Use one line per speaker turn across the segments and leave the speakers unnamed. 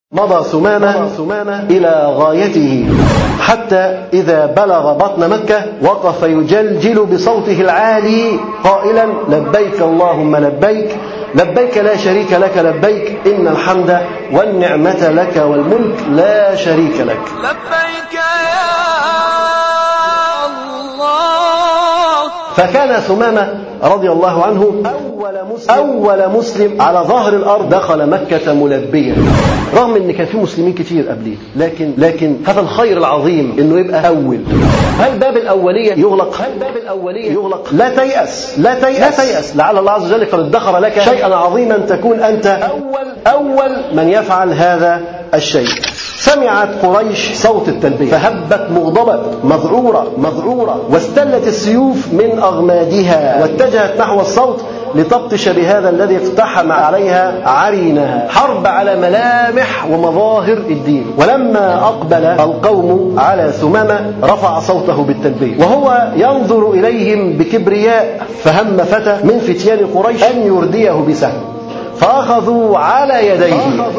مضى ثمامة إلى غايته حتى إذا بلغ بطن مكة وقف يجلجل بصوته العالي قائلا: لبيك اللهم لبيك، لبيك لا شريك لك لبيك، إن الحمد والنعمة لك والملك لا شريك لك.
لبيك يا الله.
فكان ثمامة رضي الله عنه أول مسلم على ظهر الأرض دخل مكة ملبيا، رغم أن كان في مسلمين كتير قبله، لكن هذا الخير العظيم أنه يبقى أول. هل باب الأولية يغلق؟ لا تيأس، لعل الله عز وجل قد ادخر لك شيئا عظيما تكون أنت أول من يفعل هذا الشيء. سمعت قريش صوت التلبية فهبت مغضبة مذعورة واستلت السيوف من أغمادها واتجهت نحو الصوت لتبطش بهذا الذي اقتحم عليها عرينها. حرب على ملامح ومظاهر الدين. ولما أقبل القوم على ثمامة رفع صوته بالتلبية وهو ينظر إليهم بكبرياء، فهم فتى من فتيان قريش أن يرديه بسهم فأخذوا على يديه.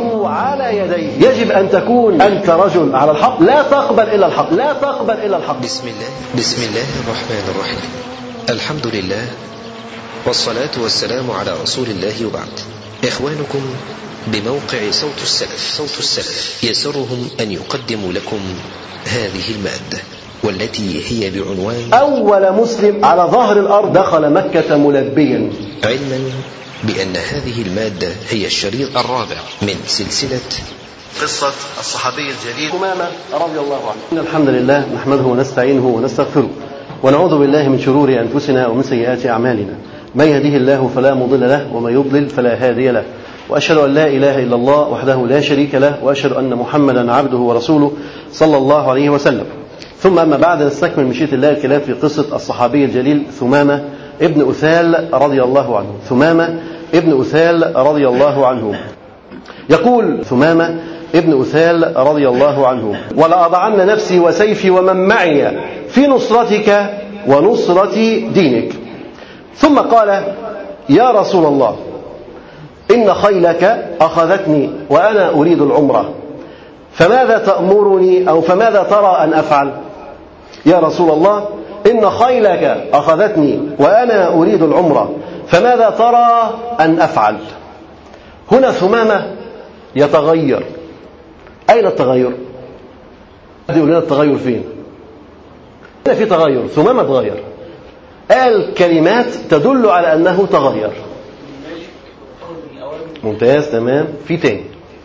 يجب أن تكون أنت رجل على الحق، لا تقبل إلا الحق.
بسم الله الرحمن الرحيم. الحمد لله والصلاة والسلام على رسول الله، وبعد. إخوانكم بموقع صوت السلف يسرهم أن يقدموا لكم هذه المادة، والتي هي بعنوان
أول مسلم على ظهر الأرض دخل مكة ملبيا،
علما بأن هذه المادة هي الشريط الرابع من سلسلة قصة الصحابي الجليل
ثمامة رضي الله عنه. إن الحمد لله نحمده ونستعينه ونستغفره ونعوذ بالله من شرور أنفسنا ومن سيئات أعمالنا. من يهده الله فلا مضل له ومن يضلل فلا هادي له، وأشهد أن لا إله إلا الله وحده لا شريك له، وأشهد أن محمدا عبده ورسوله صلى الله عليه وسلم. ثم أما بعد، نستكمل مشيئة الله الكلام في قصة الصحابي الجليل ثمامة ابن أثال رضي الله عنه. ثمامة ابن أثال رضي الله عنه يقول ثمامة ابن أثال رضي الله عنه: ولأضعن نفسي وسيفي ومن معي في نصرتك ونصرة دينك. ثم قال: يا رسول الله، إن خيلك أخذتني وأنا أريد العمرة، فماذا تأمرني أو فماذا ترى أن أفعل؟ يا رسول الله، إن خيلك أخذتني وأنا أريد العمرة، فماذا ترى أن أفعل؟ هنا ثمامة يتغير. أين التغير؟ يقول لنا التغير فين؟ هنا في تغير. ثمامة تغير، قال كلمات تدل على أنه تغير. ممتاز، تمام. في تاني: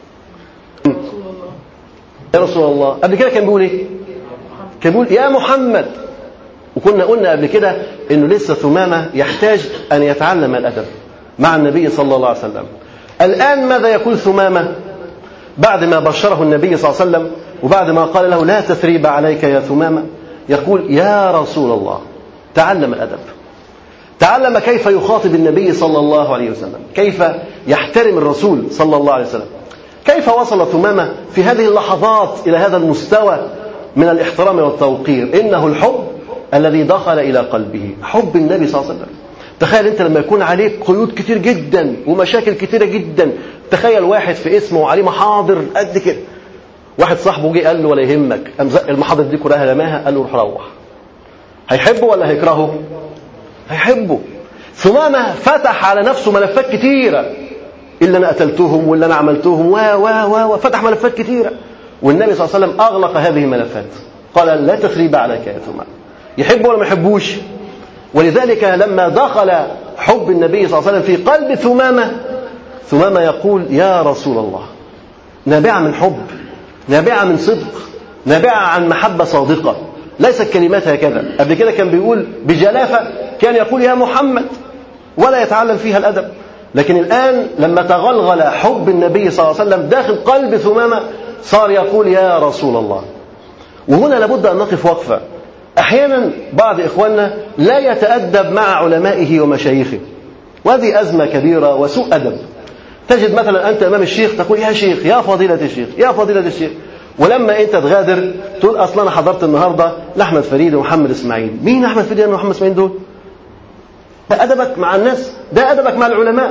يا رسول الله. قبل كده كان بيقول ايه؟ كان بيقول يا محمد. وكنا قلنا قبل كده انه لسه ثمامة يحتاج ان يتعلم الادب مع النبي صلى الله عليه وسلم. الان ماذا يقول ثمامة بعد ما بشره النبي صلى الله عليه وسلم وبعد ما قال له لا تثريب عليك يا ثمامة؟ يقول يا رسول الله. تعلم الادب، تعلم كيف يخاطب النبي صلى الله عليه وسلم، كيف يحترم الرسول صلى الله عليه وسلم. كيف وصل ثمامة في هذه اللحظات إلى هذا المستوى من الاحترام والتوقير؟ إنه الحب الذي دخل إلى قلبه، حب النبي صلى الله عليه وسلم. تخيل أنت لما يكون عليك قيود كتير جدا ومشاكل كتيرة جدا. تخيل واحد في اسمه وعليه محاضر قد كده، واحد صاحبه جه قال له ولا يهمك، قام زق المحاضر دي كلها رماها، قال له روح. هيحبه ولا هيكرهه؟ هيحبه. ثمامة فتح على نفسه ملفات كتيرة، اللي أنا قتلتهم واللي أنا عملتهم وفتح ملفات كتيرة، والنبي صلى الله عليه وسلم أغلق هذه الملفات، قال لا تثريب عليك يا ثمامة. يحبه ولا ما يحبوش؟ ولذلك لما دخل حب النبي صلى الله عليه وسلم في قلب ثمامة يقول يا رسول الله، نابعة من حب، نابعة من صدق، نابعة عن محبة صادقة، ليست كلمات هكذا. قبل كده كان بيقول بجلافة، كان يقول يا محمد ولا يتعلم فيها الأدب. لكن الآن لما تغلغل حب النبي صلى الله عليه وسلم داخل قلب ثمامة صار يقول يا رسول الله. وهنا لابد أن نقف وقفة. أحيانا بعض إخواننا لا يتأدب مع علمائه ومشايخه، وهذه أزمة كبيرة وسوء أدب. تجد مثلا أنت أمام الشيخ تقول يا شيخ، يا فضيلة الشيخ، يا فضيلة الشيخ، ولما أنت تغادر تقول أصلا أنا حضرت النهاردة لأحمد فريد ومحمد إسماعيل. مين أحمد فريد ومحمد إسماعيل دول؟ ده أدبك مع الناس، ده أدبك مع العلماء.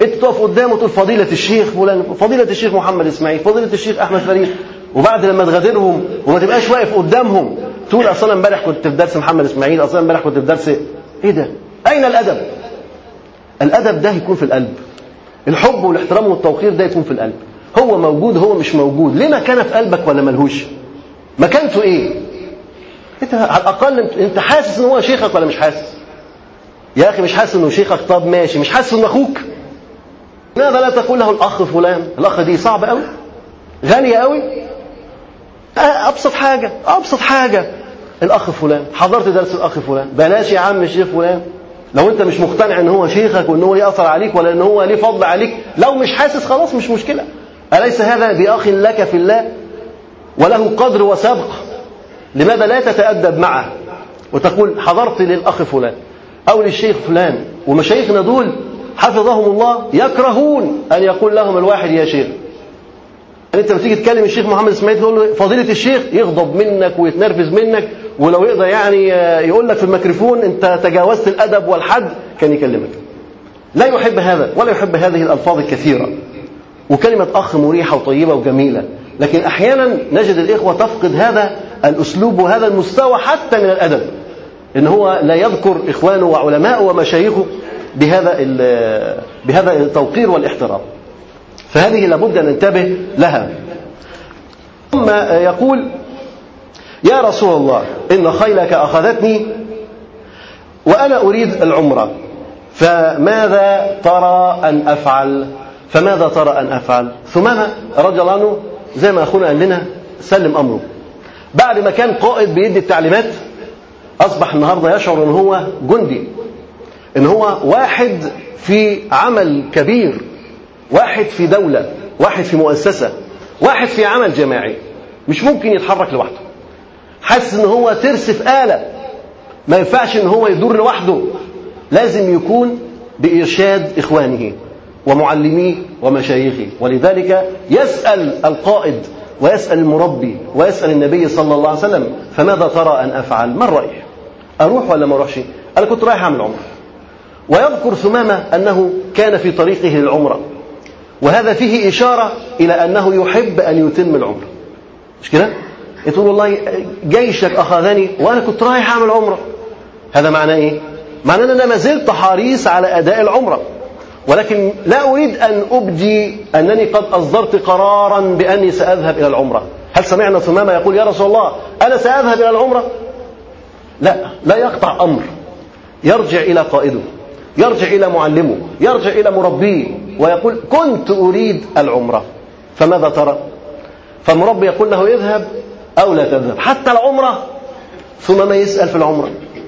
انت تقف قدامه تقول فضيلة الشيخ فلان، فضيلة الشيخ محمد اسماعيل، فضيلة الشيخ احمد فريد، وبعد لما تغادرهم وما تبقاش واقف قدامهم تقول اصلا امبارح كنت في درس محمد اسماعيل، اصلا امبارح كنت في درس. ايه ده؟ اين الادب؟ الادب ده يكون في القلب. الحب والاحترام والتوقير ده يكون في القلب. هو موجود هو مش موجود، ليه مكانه في قلبك ولا ملهوش؟ مكانته ايه؟ انت على الاقل انت حاسس ان هو شيخك ولا مش حاسس؟ يا اخي مش حاسس انه شيخك، طب ماشي، مش حاسس انه اخوك؟ لماذا لا تقول له الاخ فلان؟ الاخ دي صعبه قوي، غاليه قوي. ابسط حاجه الاخ فلان، حضرت درس الاخ فلان، بلاش يا عم الشيخ فلان. لو انت مش مقتنع ان هو شيخك وان هو ليه اثر عليك ولا ان هو ليه فضل عليك، لو مش حاسس خلاص مش مشكله. اليس هذا باخ لك في الله وله قدر وسبق؟ لماذا لا تتأدب معه وتقول حضرت للأخ فلان أو للشيخ فلان؟ ومشايخنا دول حفظهم الله يكرهون أن يقول لهم الواحد يا شيخ. أنت لما تيجي تكلم الشيخ محمد اسماعيل تقول له فضيلة الشيخ، يغضب منك ويتنرفز منك، ولو يقدر يعني يقول لك في الميكروفون أنت تجاوزت الأدب والحد كان يكلمك. لا يحب هذا ولا يحب هذه الألفاظ الكثيرة. وكلمة أخ مريحة وطيبة وجميلة، لكن أحيانا نجد الإخوة تفقد هذا الأسلوب وهذا المستوى حتى من الأدب، إن هو لا يذكر إخوانه وعلماءه ومشايخه بهذا التوقير والاحترام. فهذه لابد أن ننتبه لها. ثم يقول يا رسول الله إن خيلك أخذتني وأنا أريد العمرة، فماذا ترى أن أفعل؟ فماذا ترى أن أفعل؟ ثمامة رضي الله عنه زي ما أخونا قال لنا سلم أمره. بعد ما كان قائد بيدي التعليمات أصبح النهاردة يشعر أن هو جندي، أن هو واحد في عمل كبير، واحد في دولة، واحد في مؤسسة، واحد في عمل جماعي، مش ممكن يتحرك لوحده. حاسس أن هو ترس في آلة، ما ينفعش أن هو يدور لوحده، لازم يكون بإرشاد إخوانه ومعلميه ومشايخه. ولذلك يسأل القائد ويسأل المربي ويسأل النبي صلى الله عليه وسلم فماذا ترى أن أفعل؟ ما الرأي؟ أروح ولا ما أروحش؟ أنا كنت رايح أعمل عمرة. ويذكر ثمامة أنه كان في طريقه للعمرة، وهذا فيه إشارة إلى أنه يحب أن يتم العمرة، مش كده؟ يقول والله جيشك أخذني وأنا كنت رايح أعمل عمرة. هذا معناه إيه؟ معناه أن أنا ما زلت حريص على أداء العمرة، ولكن لا أريد أن أبدي أنني قد أصدرت قرارا بأني سأذهب إلى العمرة. هل سمعنا ثمامة يقول يا رسول الله أنا سأذهب إلى العمرة؟ لا يقطع أمر، يرجع إلى قائده، يرجع إلى معلمه، يرجع إلى مربيه ويقول كنت أريد العمرة، فماذا ترى؟ فالمربي يقول له اذهب أو لا تذهب، حتى العمرة. ثمامة يسأل في العمرة،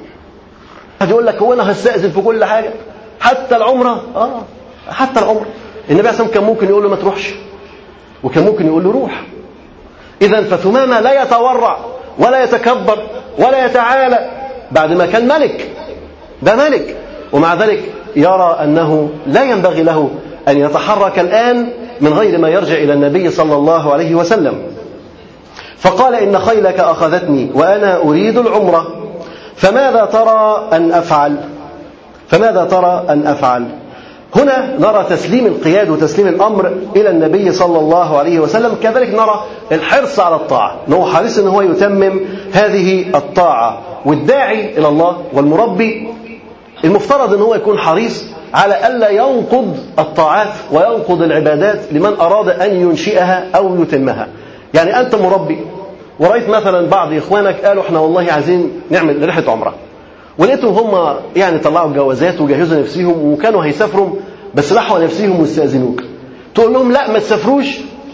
يقول لك هو أنا هستأذن في كل حاجة حتى العمرة؟ حتى العمرة. النبي عليه الصلاة والسلام كان ممكن يقول له ما تروحش، وكان ممكن يقول له روح. إذن فثمامة لا يتورع ولا يتكبر ولا يتعالى بعد ما كان ملك، ده ملك، ومع ذلك يرى أنه لا ينبغي له أن يتحرك الآن من غير ما يرجع إلى النبي صلى الله عليه وسلم. فقال إن خيلك أخذتني وأنا أريد العمرة، فماذا ترى أن أفعل؟ فماذا ترى أن أفعل؟ هنا نرى تسليم القياد وتسليم الأمر إلى النبي صلى الله عليه وسلم. كذلك نرى الحرص على الطاعة، أنه حريص أنه هو يتمم هذه الطاعة. والداعي إلى الله والمربي المفترض أنه هو يكون حريص على ألا ينقض الطاعات وينقض العبادات لمن أراد أن ينشئها أو يتمها. يعني أنت مربي ورأيت مثلا بعض إخوانك قالوا احنا والله عايزين نعمل رحلة عمرة، ولقيتهم هم يعني طلعوا الجوازات وجهزوا نفسهم وكانوا هيسافروا، بس راحوا نفسهم واستأذنوك، تقول لهم لا ما تسافروش،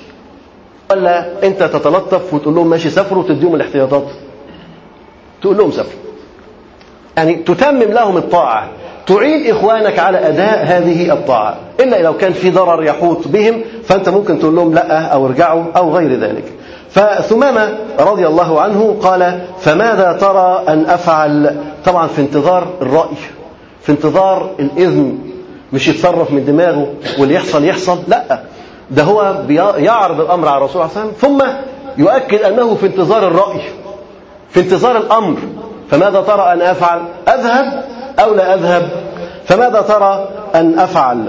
ولا انت تتلطف وتقول لهم ماشي سافروا وتديهم الاحتياطات؟ تقول لهم سافروا، يعني تتمم لهم الطاعة، تعين إخوانك على أداء هذه الطاعة، إلا لو كان في ضرر يحوط بهم فأنت ممكن تقول لهم لا أو ارجعوا أو غير ذلك. فثمامة رضي الله عنه قال فماذا ترى أن أفعل؟ طبعا في انتظار الرأي، في انتظار الإذن، مش يتصرف من دماغه واللي يحصل يحصل، لا، ده هو يعرض الأمر على الرسول صلى الله عليه وسلم ثم يؤكد أنه في انتظار الرأي، في انتظار الأمر. فماذا ترى أن أفعل؟ أذهب أو لا أذهب؟ فماذا ترى أن أفعل؟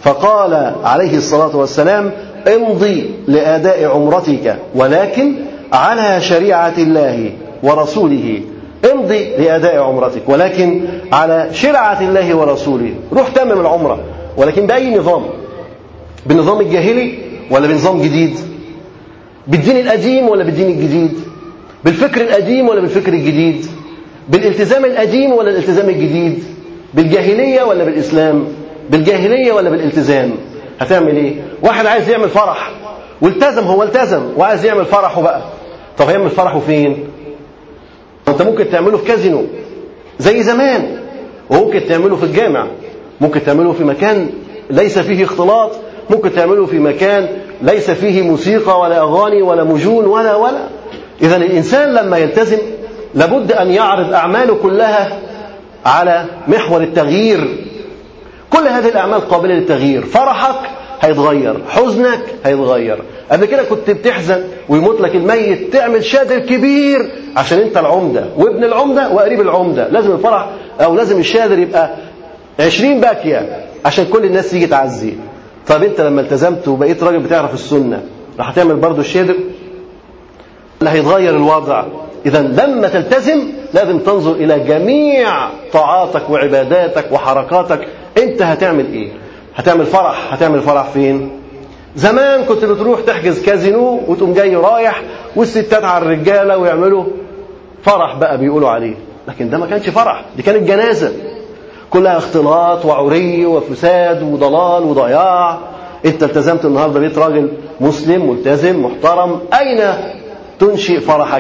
فقال عليه الصلاة والسلام: امضي لأداء عمرتك ولكن على شريعة الله ورسوله. امضي لأداء عمرتك ولكن على شريعة الله ورسوله. روح تمم العمرة، ولكن بأي نظام؟ بالنظام الجاهلي ولا بنظام جديد؟ بالدين القديم ولا بالدين الجديد؟ بالفكر القديم ولا بالفكر الجديد؟ بالالتزام القديم ولا الالتزام الجديد؟ بالجاهلية ولا بالإسلام؟ بالجاهلية ولا بالالتزام؟ هتعمل ايه؟ واحد عايز يعمل فرح والتزم، هو التزم وعايز يعمل فرحه بقى. طب هيعمل فرحه فين؟ انت ممكن تعمله في كازينو زي زمان، وممكن تعمله في الجامع، ممكن تعمله في مكان ليس فيه اختلاط، ممكن تعمله في مكان ليس فيه موسيقى ولا أغاني ولا مجون ولا. إذن الإنسان لما يلتزم لابد أن يعرض أعماله كلها على محور التغيير. كل هذه الأعمال قابلة للتغيير. فرحك هيتغير، حزنك هيتغير. قبل كده كنت بتحزن ويموت لك الميت، تعمل شادر كبير عشان انت العمدة وابن العمدة وقريب العمدة. لازم الفرح أو لازم الشادر يبقى 20 باكية عشان كل الناس تيجي تعزي. طب انت لما التزمت وبقيت راجل بتعرف السنة، راح تعمل برضو الشادر؟ اللي هيتغير الوضع. إذا لما تلتزم لازم تنظر إلى جميع طاعاتك وعباداتك وحركاتك. انت هتعمل ايه؟ هتعمل فرح فين؟ زمان كنت بتروح تحجز كازينو وتقوم جاي رايح والستات على الرجالة ويعملوا فرح بقى بيقولوا عليه، لكن ده ما كانش فرح، دي كانت جنازة كلها اختلاط وعري وفساد وضلال وضياع. انت التزمت النهارده، بقيت راجل مسلم ملتزم محترم، اين تنشئ فرحك؟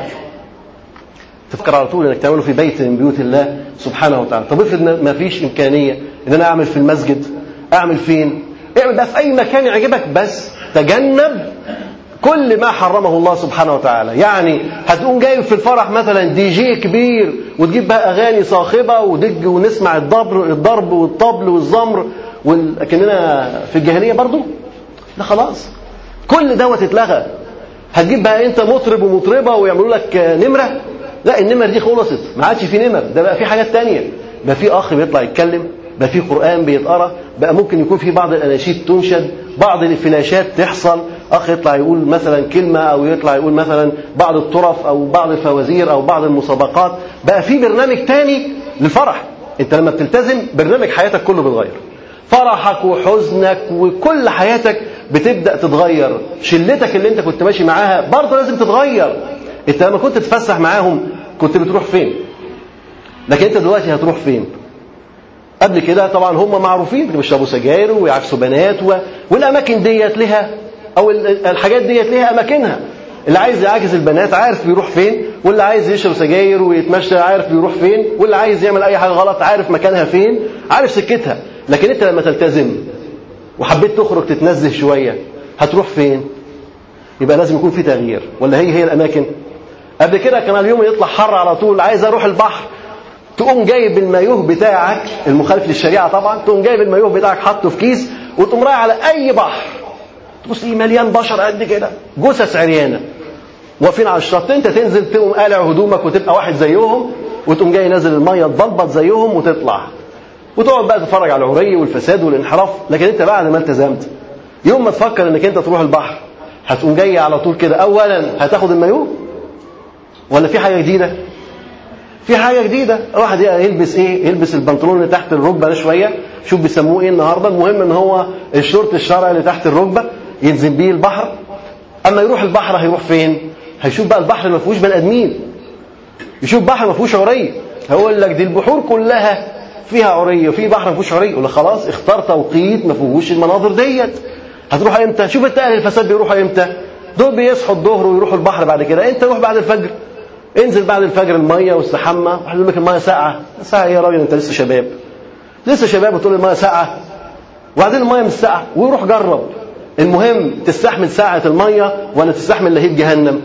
تفكر على طول انك تعمله في بيت من بيوت الله سبحانه وتعالى. طب افرض ما فيش امكانيه ان انا اعمل في المسجد، اعمل فين؟ اعمل بقى في اي مكان يعجبك، بس تجنب كل ما حرمه الله سبحانه وتعالى. يعني هتقوم جايب في الفرح مثلا دي جي كبير وتجيب بقى اغاني صاخبه ودج ونسمع الضرب والطبل والزمر كأننا في الجاهليه برضو؟ لا خلاص، كل دوت اتلغى. هتجيب بقى انت مطرب ومطربه ويعملوا لك نمره؟ لا، النمر دي خلصت، ما عادش في نمر، ده بقى في حاجات تانية. بقى في اخ بيطلع يتكلم، بقى في قرآن بيتقرأ، بقى ممكن يكون في بعض الأناشيد تنشد، بعض الفلاشات تحصل، أخ يطلع يقول مثلا كلمة أو يطلع يقول مثلا بعض الطرف أو بعض الفوازير أو بعض المسابقات. بقى في برنامج تاني للفرح. أنت لما بتلتزم برنامج حياتك كله بيتغير، فرحك وحزنك وكل حياتك بتبدأ تتغير. شلتك اللي أنت كنت ماشي معاها برضه لازم تتغير. أنت لما كنت تتفسح معاهم كنت بتروح فين؟ لكن أنت دلوقتي هتروح فين؟ قبل كده طبعا هم معروفين بيشربوا سجاير ويعكسوا بنات والاماكن ديت لها او الحاجات ديت لها اماكنها. اللي عايز يعاكس البنات عارف بيروح فين، واللي عايز يشرب سجاير ويتمشى عارف بيروح فين، واللي عايز يعمل اي حاجه غلط عارف مكانها فين، عارف سكتها. لكن انت لما تلتزم وحبيت تخرج تتنزه شويه هتروح فين؟ يبقى لازم يكون في تغيير. ولا هي الاماكن؟ قبل كده كان اليوم يطلع حر على طول، عايز اروح البحر، تقوم جايب المايوه بتاعك المخالف للشريعه طبعا، تقوم جايب المايوه بتاعك حاطه في كيس وتقوم رايح على اي بحر، تبص ايه مليان بشر قد كده، جثث عريانه واقفين على الشط. انت تنزل تقوم قالع هدومك وتبقى واحد زيهم، وتقوم جاي نازل الميه تبلبط زيهم وتطلع وتقعد بقى تتفرج على العري والفساد والانحراف. لكن انت بعد ما التزمت يوم ما تفكر انك انت تروح البحر هتقوم جاي على طول كده، اولا هتاخد المايوه ولا في حاجه جديده؟ في حاجه جديده. واحد يلبس ايه؟ يلبس البنطلون اللي تحت الركبه ده شويه، شوف بيسموه ايه النهارده، المهم ان هو الشورت الشرعي اللي تحت الركبه ينزل بيه البحر. اما يروح البحر هيروح فين؟ هيشوف بقى البحر ما فيهوش بني ادمين، يشوف بحر ما فيهوش عري. هيقول لك دي البحور كلها فيها عري وفي بحر ما فيهوش عري. يقول لك خلاص اختار توقيت ما فيهوش المناظر ديت. هتروح امتى؟ شوف انت اهل الفساد بيروحوا امتى؟ دول بيصحوا الظهر ويروحوا البحر بعد كده، انت روح بعد الفجر، انزل بعد الفجر الميه واستحمى. واحد يقول لك الميه ساقعه. ساقعه ايه يا راجل؟ انت لسه شباب، لسه شباب وتقول الميه ساقعه؟ وبعدين الميه مش ساقعه، ويروح جرب. المهم تستحمل ساعه الميه ولا تستحمل لهيب جهنم؟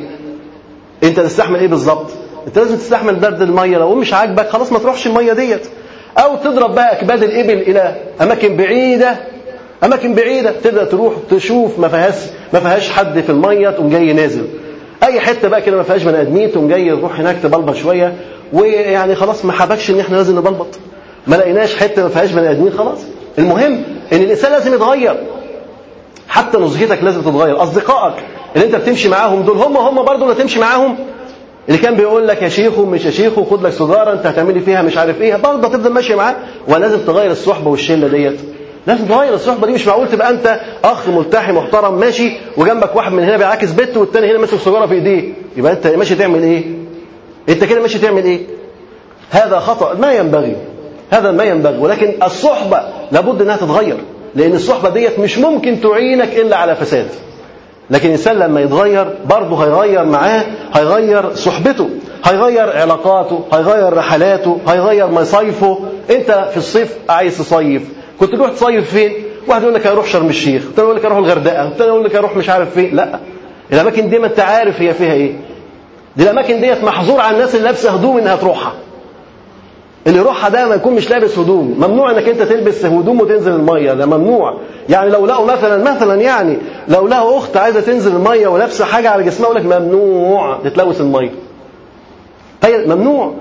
انت تستحمل ايه بالظبط؟ انت لازم تستحمل برد الميه. لو مش عاجبك خلاص ما تروحش الميه ديت، او تضرب بقى اكباد الابل الى اماكن بعيده، اماكن بعيده تبدا تروح تشوف ما فيهاش حد في الميه، تقوم جاي نازل اي حته بقى كده ما فيهاش بني ادمين، تقوم جاي تروح هناك تبلبط شويه. ويعني خلاص ما حبكش ان احنا لازم نبلبط، ما لقيناش حته ما فيهاش بني ادمين خلاص. المهم ان الانسان لازم يتغير، حتى نزهتك لازم تتغير. اصدقائك اللي انت بتمشي معاهم دول هم برضه اللي تمشي معاهم. اللي كان بيقول لك يا شيخ ومش يا شيخ وخد لك سيجاره انت هتعملي فيها مش عارف ايه، برضه تفضل ماشي معاه. ولازم تغير الصحبه والشله ديت، لازم تغير الصحبه دي. مش معقول تبقى انت اخ ملتحي محترم ماشي وجنبك واحد من هنا بيعاكس بنت والتاني هنا ماسك سيجاره في ايديه، يبقى انت ماشي تعمل ايه؟ انت كده ماشي تعمل ايه؟ هذا خطأ ما ينبغي، هذا ما ينبغي. ولكن الصحبه لابد انها تتغير، لان الصحبه ديت مش ممكن تعينك الا على فساد. لكن الانسان لما يتغير برضه هيغير معاه، هيغير صحبته، هيغير علاقاته، هيغير رحلاته، هيغير مصايفه. انت في الصيف عايز تصيف، كنت تروح تصيف فين؟ واحد يقول لك هروح شرم الشيخ، الثاني يقول لك هروح الغردقه، الثاني يقول لك هروح مش عارف فين. لا، الاماكن دي ما انت عارف هي فيها ايه. دي الاماكن ديت محظور على الناس اللي لابسه هدوم انها تروحها. اللي يروحها ده ما يكون مش لابس هدوم. ممنوع انك انت تلبس هدوم وتنزل الميه، ده ممنوع. يعني لو لقوا مثلا يعني لو لقوا اخت عايزه تنزل الميه ولابسه حاجه على جسمها يقول لك ممنوع تتلوث الميه. طيب ممنوع.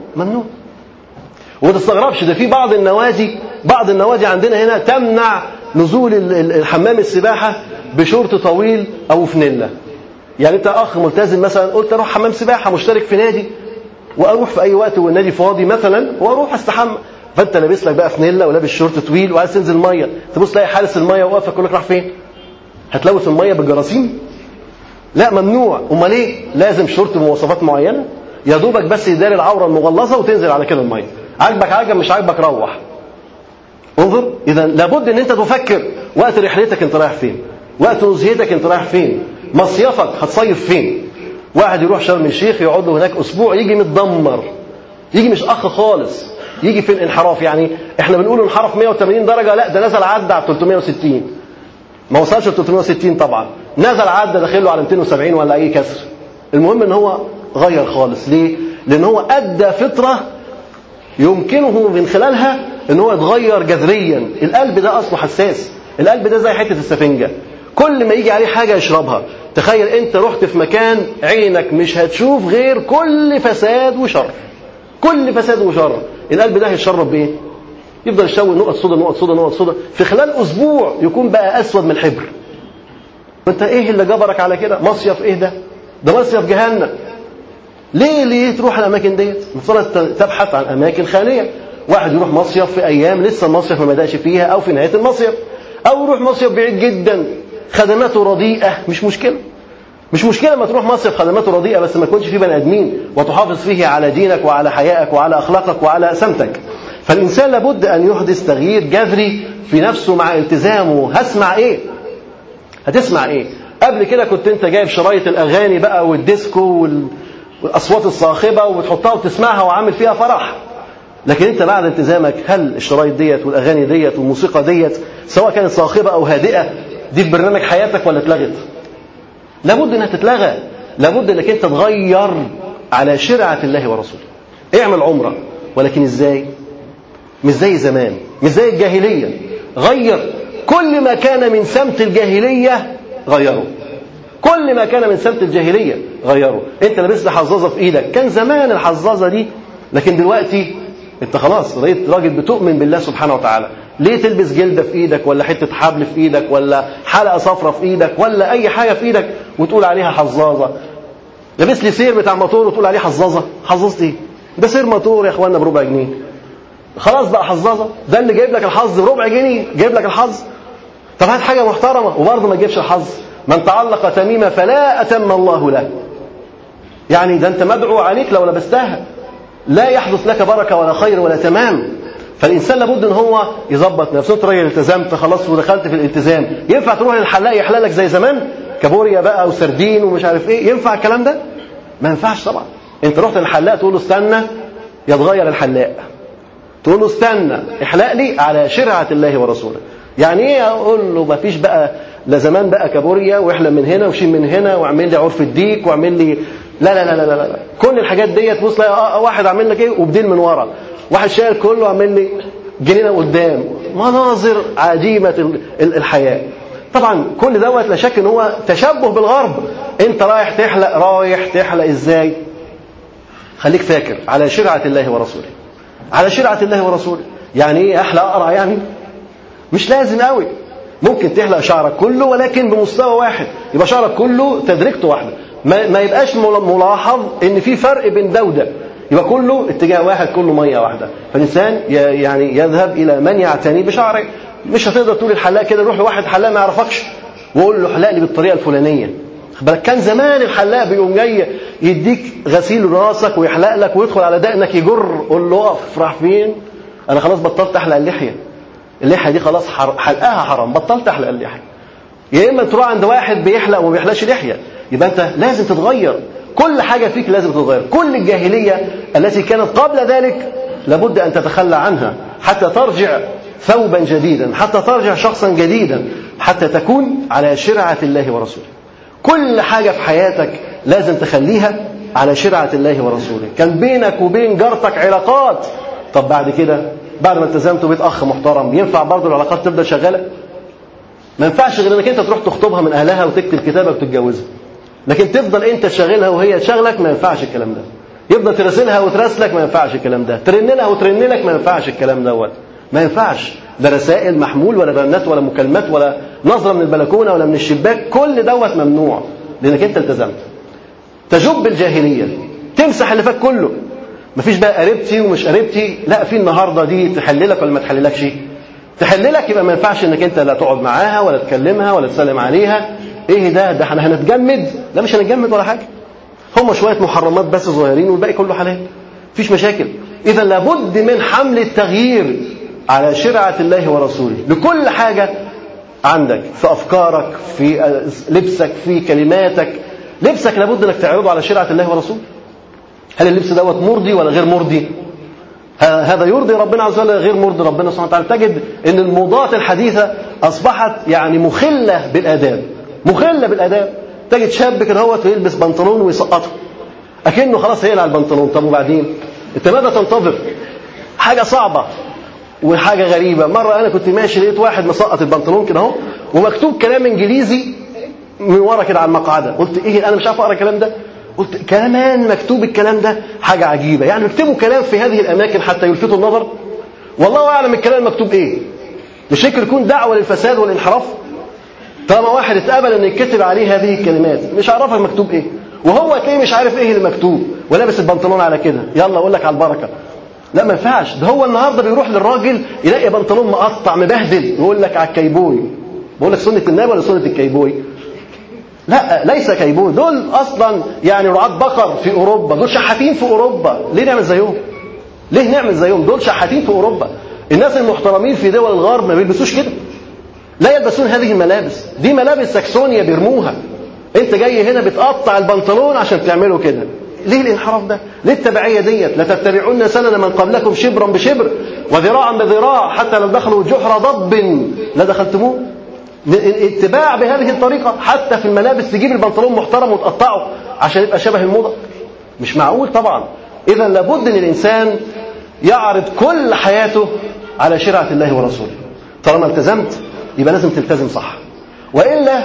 وما تستغربش، ده في بعض النوادي عندنا هنا تمنع نزول الحمام السباحه بشورت طويل او فانيلا. يعني انت اخ ملتزم مثلا قلت اروح حمام سباحه مشترك في نادي واروح في اي وقت والنادي فاضي مثلا واروح استحمى، فانت لابس لك بقى فانيلا ولابس شورت طويل وعايز تنزل الميه، تبص تلاقي حارس الميه واقف يقول لك راح فين؟ هتلوث الميه بالجراثيم؟ لا ممنوع. امال ايه؟ لازم شورت بمواصفات معينه يا دوبك بس يداري العوره المغلظه وتنزل على كده الميه. عاجبك مش عاجبك روح. انظر، اذا لابد ان انت تفكر وقت رحلتك انت رايح فين، وقت نزهتك انت رايح فين، مصيفك هتصيف فين. واحد يروح شرم الشيخ يقعد له هناك اسبوع يجي متدمر، يجي مش اخ خالص، يجي في الانحراف. يعني احنا بنقول انحرف 180 درجه، لا ده نزل عدى على 360، ما وصلش ل 360 طبعا، نزل عدى داخل له على 270 ولا اي كسر. المهم ان هو غير خالص. ليه؟ لان هو ادى فطره يمكنه من خلالها ان هو يتغير جذريا. القلب ده اصله حساس، القلب ده زي حته السفنجه، كل ما يجي عليه حاجه يشربها. تخيل انت رحت في مكان عينك مش هتشوف غير كل فساد وشر، كل فساد وشر. القلب ده هيتشرب بايه؟ يفضل يشوي نقط صودا في خلال اسبوع يكون بقى اسود من الحبر. وانت ايه اللي جبرك على كده؟ مصيف ايه ده مصيف جهنم. ليه تروح الاماكن ديت؟ المفروض تبحث عن اماكن خاليه. واحد يروح مصيف في ايام لسه المصيف ما بداش فيها او في نهايه المصيف، او يروح مصيف بعيد جدا خدماته رديئه. مش مشكله ما تروح مصيف خدماته رديئه بس ما يكونش فيه بني ادمين وتحافظ فيه على دينك وعلى حيائك وعلى اخلاقك وعلى سمتك. فالانسان لابد ان يحدث تغيير جذري في نفسه مع التزامه. هتسمع ايه؟ قبل كده كنت انت جايب شرايط الاغاني بقى والديسكو والاصوات الصاخبه وبتحطها وتسمعها وعامل فيها فرح. لكن انت بعد التزامك هل الشرايط ديت والاغاني ديت والموسيقى ديت سواء كانت صاخبه او هادئه دي في برنامج حياتك ولا اتلغت؟ لابد انها تتلغى. لابد انك انت تغير على شرعه الله ورسوله. اعمل عمره، ولكن ازاي؟ مش زي زمان، مش زي الجاهليه. غير كل ما كان من سمت الجاهليه، غيره. كل ما كان من سمت الجاهليه غيره. انت لابس لي حظاظه في ايدك، كان زمان الحظاظه دي، لكن دلوقتي انت خلاص بقيت راجل بتؤمن بالله سبحانه وتعالى. ليه تلبس جلده في ايدك ولا حته حبل في ايدك ولا حلقه صفرة في ايدك ولا اي حاجه في ايدك وتقول عليها حظاظه؟ لابس لي سير بتاع موتور وتقول عليه حظاظه؟ حظاظه ايه؟ ده سير موتور يا اخوانا بربع جنيه، خلاص بقى حظاظه. ده اللي جايب لك الحظ بربع جنيه جايب لك الحظ. طب هات حاجه محترمه وبرضه ما تجيبش الحظ. من تعلق تميمه فلا اتم الله له. يعني ده انت مدعو عليك لو لبستها لا يحدث لك بركه ولا خير ولا تمام. فالانسان لابد ان هو يظبط نفسه. انت راجل التزمت خلاص ودخلت في الالتزام، ينفع تروح للحلاق يحلق لك زي زمان كابوريا بقى وسردين ومش عارف ايه؟ ينفع الكلام ده؟ ما ينفعش طبعا. انت رحت للحلاق تقول له استنى يتغير الحلاق، تقول له استنى احلق لي على شرعه الله ورسوله. يعني ايه؟ اقول له ما فيش بقى لا زمان بقى كابوريا واحلم من هنا وشيل من هنا واعمل لي عرف الديك واعمل لي لا لا لا لا لا, لا. كل الحاجات ديت بص واحد عامل لك ايه وبدين من ورا، واحد شايل كله عامل لي جنينه قدام، مناظر عجيبه الحياه. طبعا كل دوت لا شك ان هو تشبه بالغرب. انت رايح تحلق ازاي؟ خليك فاكر على شرعه الله ورسوله، على شرعه الله ورسوله. يعني ايه احلق اقرع؟ يعني مش لازم قوي، ممكن تحلق شعرك كله ولكن بمستوى واحد، يبقى شعرك كله تدريجته واحدة، ما يبقاش ملاحظ ان في فرق بين ده وده، يبقى كله اتجاه واحد، كله ميه واحده. فالانسان يعني يذهب الى من يعتني بشعره. مش هتقدر تقول الحلاق كده روح لواحد حلاق ما يعرفكش وقول له حلق لي بالطريقه الفلانيه. بالك كان زمان الحلاق بيقوم جاي يديك غسيل راسك ويحلق لك ويدخل على دقنك يجر، قول له اقف، راح فين؟ انا خلاص بطلت احلق اللحيه دي خلاص حلقها حرام، بطلت احلق اللحيه. يا اما تروح عند واحد بيحلق وما بيحلقش لحيه، يبقى انت لازم تتغير، كل حاجه فيك لازم تتغير. كل الجاهليه التي كانت قبل ذلك لابد ان تتخلى عنها حتى ترجع ثوبا جديدا، حتى ترجع شخصا جديدا، حتى تكون على شرعه الله ورسوله. كل حاجه في حياتك لازم تخليها على شرعه الله ورسوله. كان بينك وبين جارتك علاقات، طب بعد كده بعد ما التزمت وبقيت اخ محترم ينفع برضه العلاقات تفضل شغاله؟ ما ينفعش غير انك انت تروح تخطبها من اهلها وتكتب كتابك وتتجوزها، لكن تفضل انت تشغلها وهي تشغلك، ما ينفعش الكلام ده. يفضل تراسلها وتراسلك، ما ينفعش الكلام ده. ترن لها وترن لك، ما ينفعش الكلام دوت، ما ينفعش. لا رسائل محمول ولا رنات ولا مكالمات ولا نظره من البلكونه ولا من الشباك، كل دوت ممنوع لانك انت التزمت. تجب الجاهليه، تمسح اللي فات كله. مفيش بقى قريبتي ومش قريبتي، لا، في النهارده دي تحللك ولا ما تحللكش. تحللك يبقى ما ينفعش انك انت لا تقعد معاها ولا تكلمها ولا تسلم عليها. ايه ده احنا هنتجمد؟ لا مش هنتجمد ولا حاجه، هم شويه محرمات بس صغيرين والباقي كله حلال، مفيش مشاكل. اذا لابد من حمل التغيير على شرعه الله ورسوله لكل حاجه عندك، في افكارك، في لبسك، في كلماتك. لبسك لابد انك تعرضه على شرعه الله ورسوله. هل اللبس دوت مرضي ولا غير مرضي؟ هذا يرضي ربنا عز وجل غير مرضي ربنا سبحانه وتعالى. تجد ان الموضات الحديثه اصبحت يعني مخله بالاداب، مخله بالاداب. تجد شاب كده هو يلبس بنطلون ويسقطه اكنه خلاص هيقلع البنطلون. طب وبعدين انت ماذا تنتظر؟ حاجه صعبه وحاجه غريبه. مره انا كنت ماشي لقيت واحد مسقط البنطلون كده اهو ومكتوب كلام انجليزي من ورا كده على المقعده. قلت ايه، انا مش عارف اقرا الكلام ده. قلت كمان مكتوب الكلام ده، حاجه عجيبه. يعني بيكتبوا كلام في هذه الاماكن حتى يلفتوا النظر. والله اعلم الكلام المكتوب ايه. مش يمكن يكون دعوه للفساد والانحراف. طالما واحد اتقبل ان يكتب عليه هذه الكلمات، مش عارفك مكتوب ايه، وهو تلاقيه مش عارف ايه اللي مكتوب ولابس البنطلون على كده، يلا اقول لك على البركه. لا ما ينفعش. ده هو النهارده بيروح للراجل يلاقي بنطلون مقطع مبهدل يقول لك على الكيبوي. بقول لك سنه النبي ولا سنه الكيبوي؟ لا، ليس كيبوي. دول اصلا يعني رعاة بقر في اوروبا، دول شحاتين في اوروبا. ليه نعمل زيهم؟ ليه نعمل زيهم؟ دول شحاتين في اوروبا. الناس المحترمين في دول الغرب ما بيلبسوش كده، لا يلبسون هذه الملابس. دي ملابس ساكسونيا بيرموها. انت جاي هنا بتقطع البنطلون عشان تعملوا كده. ليه الانحراف ده؟ ليه التبعيه ديت؟ لا تتبعون سنن من قبلكم شبرا بشبر وذراعا بذراع حتى لو دخلوا جحر ضب لا دخلتموه. اتباع بهذه الطريقه حتى في الملابس، تجيب البنطلون محترم وتقطعه عشان يبقى شبه الموضه. مش معقول طبعا. اذا لابد ان الانسان يعرض كل حياته على شرعه الله ورسوله. طالما التزمت يبقى لازم تلتزم صح، والا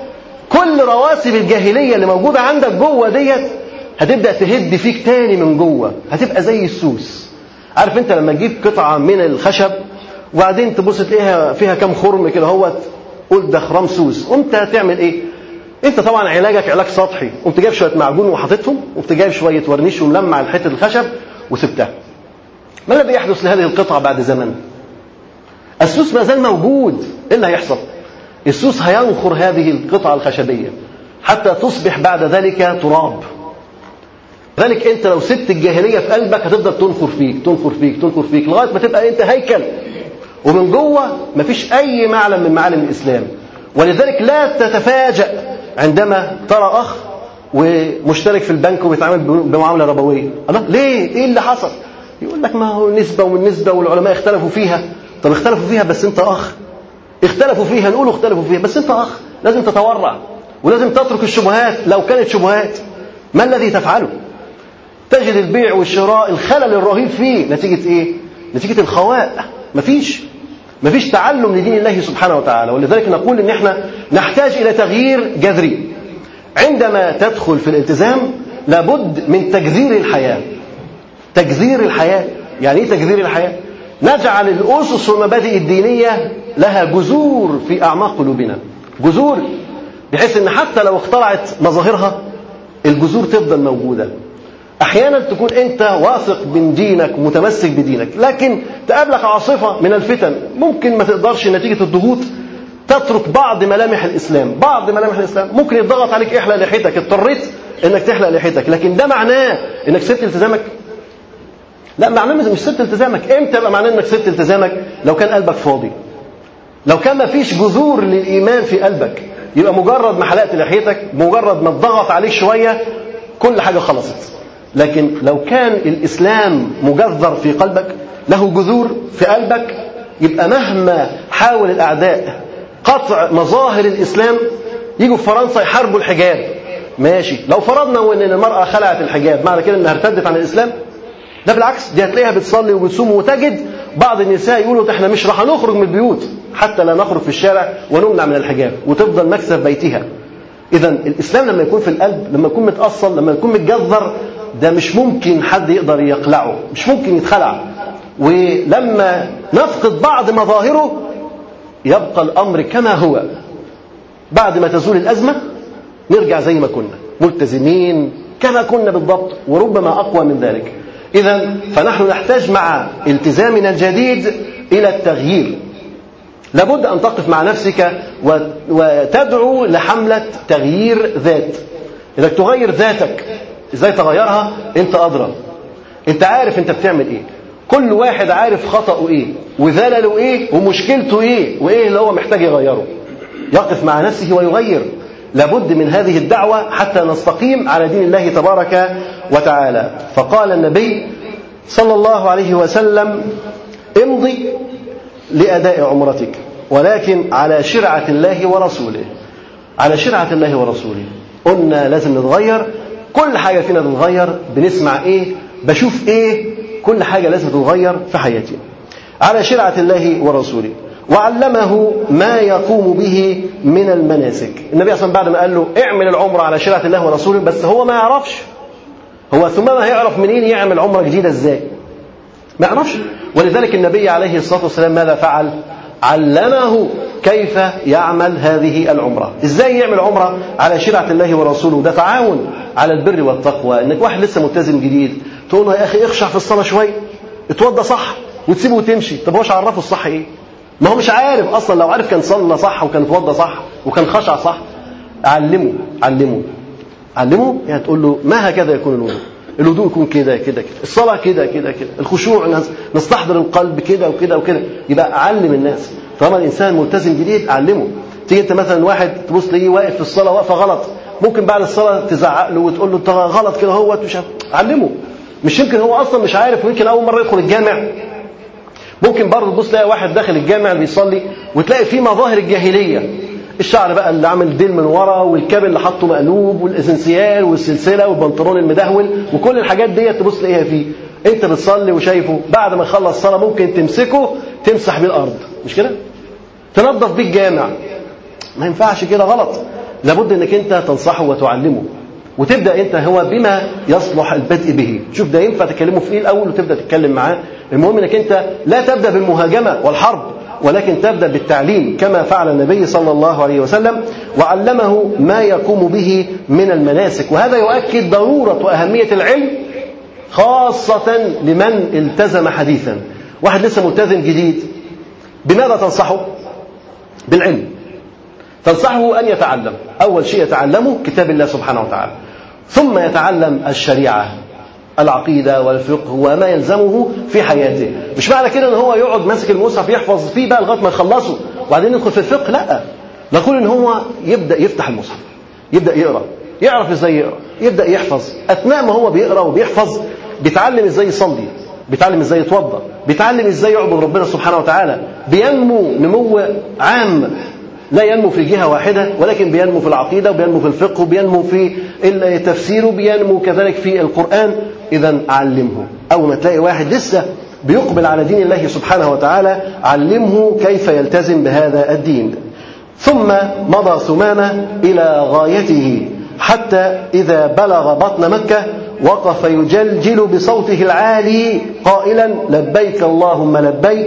كل رواسب الجاهليه اللي موجوده عندك جوه ديت هتبدا تهد فيك تاني من جوه، هتبقى زي السوس. عارف انت لما تجيب قطعه من الخشب وبعدين تبص تلاقيها فيها كام خرم كده اهوت، قلت ده خرام سوس، قمت هتعمل ايه؟ انت طبعا علاجك علاج سطحي، قمت جايب شويه معجون وحاططهم، قمت جايب شويه ورنيش وملمع الحته الخشب وسبتها. ما الذي يحدث لهذه القطعه بعد زمن؟ السوس ما زال موجود. ايه اللي هيحصل؟ السوس هينخر هذه القطعه الخشبيه حتى تصبح بعد ذلك تراب. ذلك انت لو سبت الجاهليه في قلبك هتفضل تنخر فيك تنخر فيك تنخر فيك لغايه ما تبقى انت هيكل ومن جوه مفيش اي معلم من معالم الاسلام. ولذلك لا تتفاجأ عندما ترى اخ ومشترك في البنك وبيتعامل بمعامله ربويه. الله، ليه؟ ايه اللي حصل؟ يقول لك ما هو نسبه والنسبه والعلماء اختلفوا فيها. طب اختلفوا فيها بس انت اخ. اختلفوا فيها، نقولوا اختلفوا فيها بس انت اخ. لازم تتورع ولازم تترك الشبهات لو كانت شبهات. ما الذي تفعله؟ تجد البيع والشراء الخلل الرهيب فيه نتيجه ايه؟ نتيجه الخواء. مفيش تعلم لدين الله سبحانه وتعالى. ولذلك نقول ان احنا نحتاج الى تغيير جذري. عندما تدخل في الالتزام لابد من تجذير الحياه. تجذير الحياه يعني ايه تجذير الحياه؟ نجعل الاسس والمبادئ الدينيه لها جذور في أعماق قلوبنا، جذور بحيث أن حتى لو اخترعت مظاهرها الجذور تفضل موجودة. أحيانا تكون أنت واثق من دينك متمسك بدينك، لكن تقابلك عاصفة من الفتن ممكن ما تقدرش نتيجة الضغوط تترك بعض ملامح الإسلام. بعض ملامح الإسلام ممكن يتضغط عليك احلق لحيتك، اضطريت انك تحلق لحيتك، لكن ده معناه انك سبت التزامك؟ لا، معناه مش سبت التزامك. امتى يبقى معناه انك سبت التزامك؟ لو كان قلبك فاضي، لو كان ما فيش جذور للإيمان في قلبك. يبقى مجرد ما حلقت لحيتك، مجرد ما اتضغط عليك شوية، كل حاجة خلصت. لكن لو كان الإسلام مجذر في قلبك، له جذور في قلبك، يبقى مهما حاول الأعداء قطع مظاهر الإسلام، يجوا في فرنسا يحاربوا الحجاب، ماشي. لو فرضنا ان المرأة خلعت الحجاب، معنى كده انها ارتدت عن الإسلام؟ ده بالعكس، دي هتلاقيها بتصلي وبتصوم، وتجد بعض النساء يقولوا احنا مش راح نخرج من البيوت حتى لا نخرج في الشارع ونمنع من الحجاب، وتفضل مكسب بيتها. إذا الإسلام لما يكون في القلب، لما يكون متأصل، لما يكون متجذر، ده مش ممكن حد يقدر يقلعه، مش ممكن يتخلع. ولما نفقد بعض مظاهره يبقى الأمر كما هو. بعد ما تزول الأزمة نرجع زي ما كنا ملتزمين كما كنا بالضبط، وربما أقوى من ذلك. إذن فنحن نحتاج مع التزامنا الجديد إلى التغيير. لابد أن تقف مع نفسك وتدعو لحملة تغيير ذات. إذا تغير ذاتك، إزاي تغيرها؟ أنت أدرى، أنت عارف أنت بتعمل إيه. كل واحد عارف خطأه إيه وذلله إيه ومشكلته إيه وإيه اللي هو محتاج يغيره. يقف مع نفسه ويغير. لابد من هذه الدعوة حتى نستقيم على دين الله تبارك وتعالى. فقال النبي صلى الله عليه وسلم: امضي لأداء عمرتك، ولكن على شرعة الله ورسوله. على شرعة الله ورسوله. قلنا لازم نتغير، كل حاجة فينا تتغير. بنسمع إيه، بشوف إيه، كل حاجة لازم تتغير في حياتي. على شرعة الله ورسوله. وعلمه ما يقوم به من المناسك. النبي أصلا بعد ما قال له اعمل العمرة على شرعة الله ورسوله، بس هو ما يعرفش. هو ثم ما هيعرف منين يعمل عمرة جديدة ازاي؟ ما يعرفش. ولذلك النبي عليه الصلاة والسلام ماذا فعل؟ علمه كيف يعمل هذه العمرة. ازاي يعمل عمرة على شرعة الله ورسوله؟ ده تعاون على البر والتقوى. انك واحد لسه ملتزم جديد تقول له يا اخي اخشع في الصلاة شوية، اتوضى صح، وتسيبه وتمشي. طب هوش عرفه الصح ايه؟ ما هو مش عارف اصلا. لو عارف كان صلى صح وكان اتوضى صح وكان خشع صح. علمه علمه علمه. يعني تقول له ما هكذا يكون الوضوء، الوضوء يكون كده كده كده، الصلاة كده كده كده، الخشوع نستحضر القلب كده وكده وكده. يبقى علم الناس. طالما الإنسان ملتزم جديد علمه. تيجي انت مثلا واحد تبص ليه واقف في الصلاة واقفة غلط، ممكن بعد الصلاة تزعق له وتقول له انت غلط كده، هو مش علمه. مش يمكن هو اصلا مش عارف، ويمكن اول مرة يدخل الجامع. ممكن برضه تبص تلاقي واحد داخل الجامع بيصلي وتلاقي فيه مظاهر الجاهلية. الشعر بقى اللي عامل ديل من ورا، والكابل اللي حاطه مقلوب، والاسنسيال والسلسله والبنطلون المدهول، وكل الحاجات دي تبص تلاقيها فيه. انت بتصلي وشايفه بعد ما يخلص الصلاه ممكن تمسكه تمسح بيه الارض، مش كده؟ تنظف بيه الجامع. ما ينفعش كده، غلط. لابد انك انت تنصحه وتعلمه، وتبدا انت هو بما يصلح البدء به. شوف ده ينفع تكلمه في ايه الاول وتبدا تتكلم معاه. المهم انك انت لا تبدا بالمهاجمه والحرب، ولكن تبدأ بالتعليم كما فعل النبي صلى الله عليه وسلم. وعلمه ما يقوم به من المناسك. وهذا يؤكد ضرورة وأهمية العلم خاصة لمن التزم حديثا. واحد لسه ملتزم جديد، بماذا تنصحه؟ بالعلم. تنصحه أن يتعلم. أول شيء يتعلمه كتاب الله سبحانه وتعالى، ثم يتعلم الشريعة، العقيدة والفقه وما يلزمه في حياته. مش معنى كده ان هو يقعد ماسك المصحف يحفظ فيه بقى لغايه ما يخلصه وبعدين يدخل في الفقه، لا. نقول ان هو يبدا يفتح المصحف، يبدا يقرا، يعرف ازاي يقرا، يبدا يحفظ. اثناء ما هو بيقرا وبيحفظ بيتعلم ازاي يصلي، بيتعلم ازاي يتوضا، بيتعلم ازاي يعبد ربنا سبحانه وتعالى. بينمو نمو عام، لا ينمو في جهة واحدة، ولكن بينمو في العقيدة وبينمو في الفقه وبينمو في التفسير وبينمو كذلك في القرآن. إذن علمه. أول ما تلاقي واحد لسه بيقبل على دين الله سبحانه وتعالى علمه كيف يلتزم بهذا الدين. ثم مضى ثمامة إلى غايته حتى إذا بلغ بطن مكة وقف يجلجل بصوته العالي قائلا: لبيك اللهم لبيك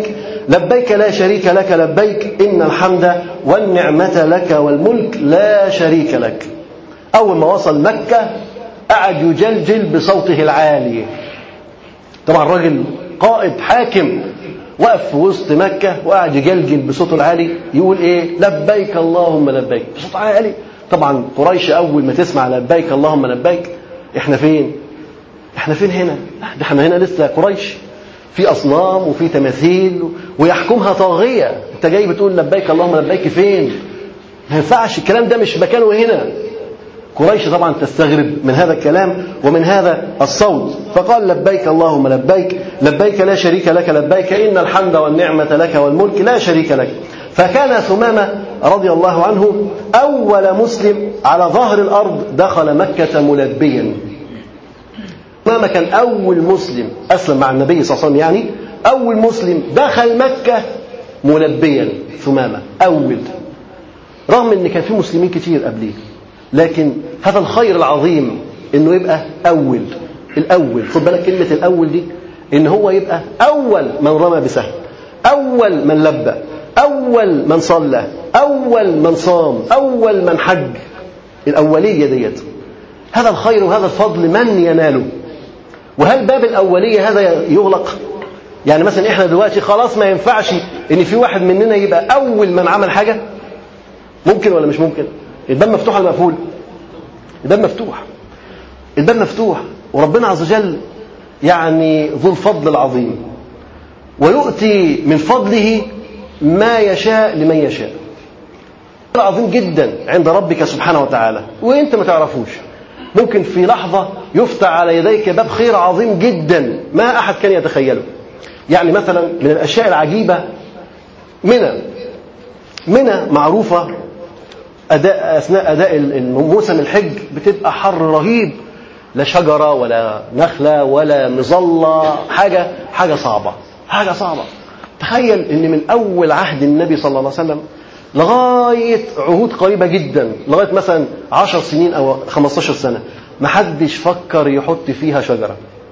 لبيك لا شريك لك لبيك إن الحمد والنعمة لك والملك لا شريك لك. أول ما وصل مكة قعد يجلجل بصوته العالي. طبعا الراجل قائد حاكم وقف في وسط مكة وقعد يجلجل بصوته العالي يقول إيه؟ لبيك اللهم لبيك بصوت عالي. طبعا قريش أول ما تسمع لبيك اللهم لبيك إحنا فين؟ إحنا فين هنا؟ ده إحنا هنا لسه قريش في أصنام وفي تماثيل ويحكمها طاغية. أنت جاي بتقول لبيك اللهم لبيك فين؟ ما ينفعش الكلام ده، مش مكانه هنا. قريش طبعا تستغرب من هذا الكلام ومن هذا الصوت، فقال لبيك اللهم لبيك لبيك لا شريك لك لبيك إن الحمد والنعمة لك والملك لا شريك لك. فكان ثمامة رضي الله عنه أول مسلم على ظهر الأرض دخل مكة ملبيا. ثمامة كان أول مسلم أسلم مع النبي صلى الله عليه وسلم، يعني أول مسلم دخل مكة ملبيا. ثمامة أول، رغم أن كان في مسلمين كتير قبليه، لكن هذا الخير العظيم أنه يبقى أول. الأول، خد بالك كلمة الأول دي، أن هو يبقى أول من رمى بسهم، أول من لبى، أول من صلى، أول من صام، أول من حج. الأولية ديت، هذا الخير وهذا الفضل من يناله؟ وهل باب الأولية هذا يغلق؟ يعني مثلا إحنا دلوقتي خلاص ما ينفعش إن في واحد مننا يبقى أول من عمل حاجة؟ ممكن ولا مش ممكن؟ الباب مفتوح ولا مقفول؟ الباب مفتوح. الباب مفتوح، وربنا عز وجل يعني ذو الفضل العظيم، ويؤتي من فضله ما يشاء لمن يشاء. عظيم جدا عند ربك سبحانه وتعالى وانت ما تعرفوش. ممكن في لحظة يفتح على يديك باب خير عظيم جدا ما أحد كان يتخيله. يعني مثلا من الأشياء العجيبة منى معروفة أثناء أداء موسم الحج بتبقى حر رهيب، لا شجرة ولا نخلة ولا مظلة، حاجة صعبة. تخيل ان من اول عهد النبي صلى الله عليه وسلم لغاية عهود قريبة جدا، لغاية مثلا 10 سنين او 15 سنة ما حدش فكر يحط فيها شجرة.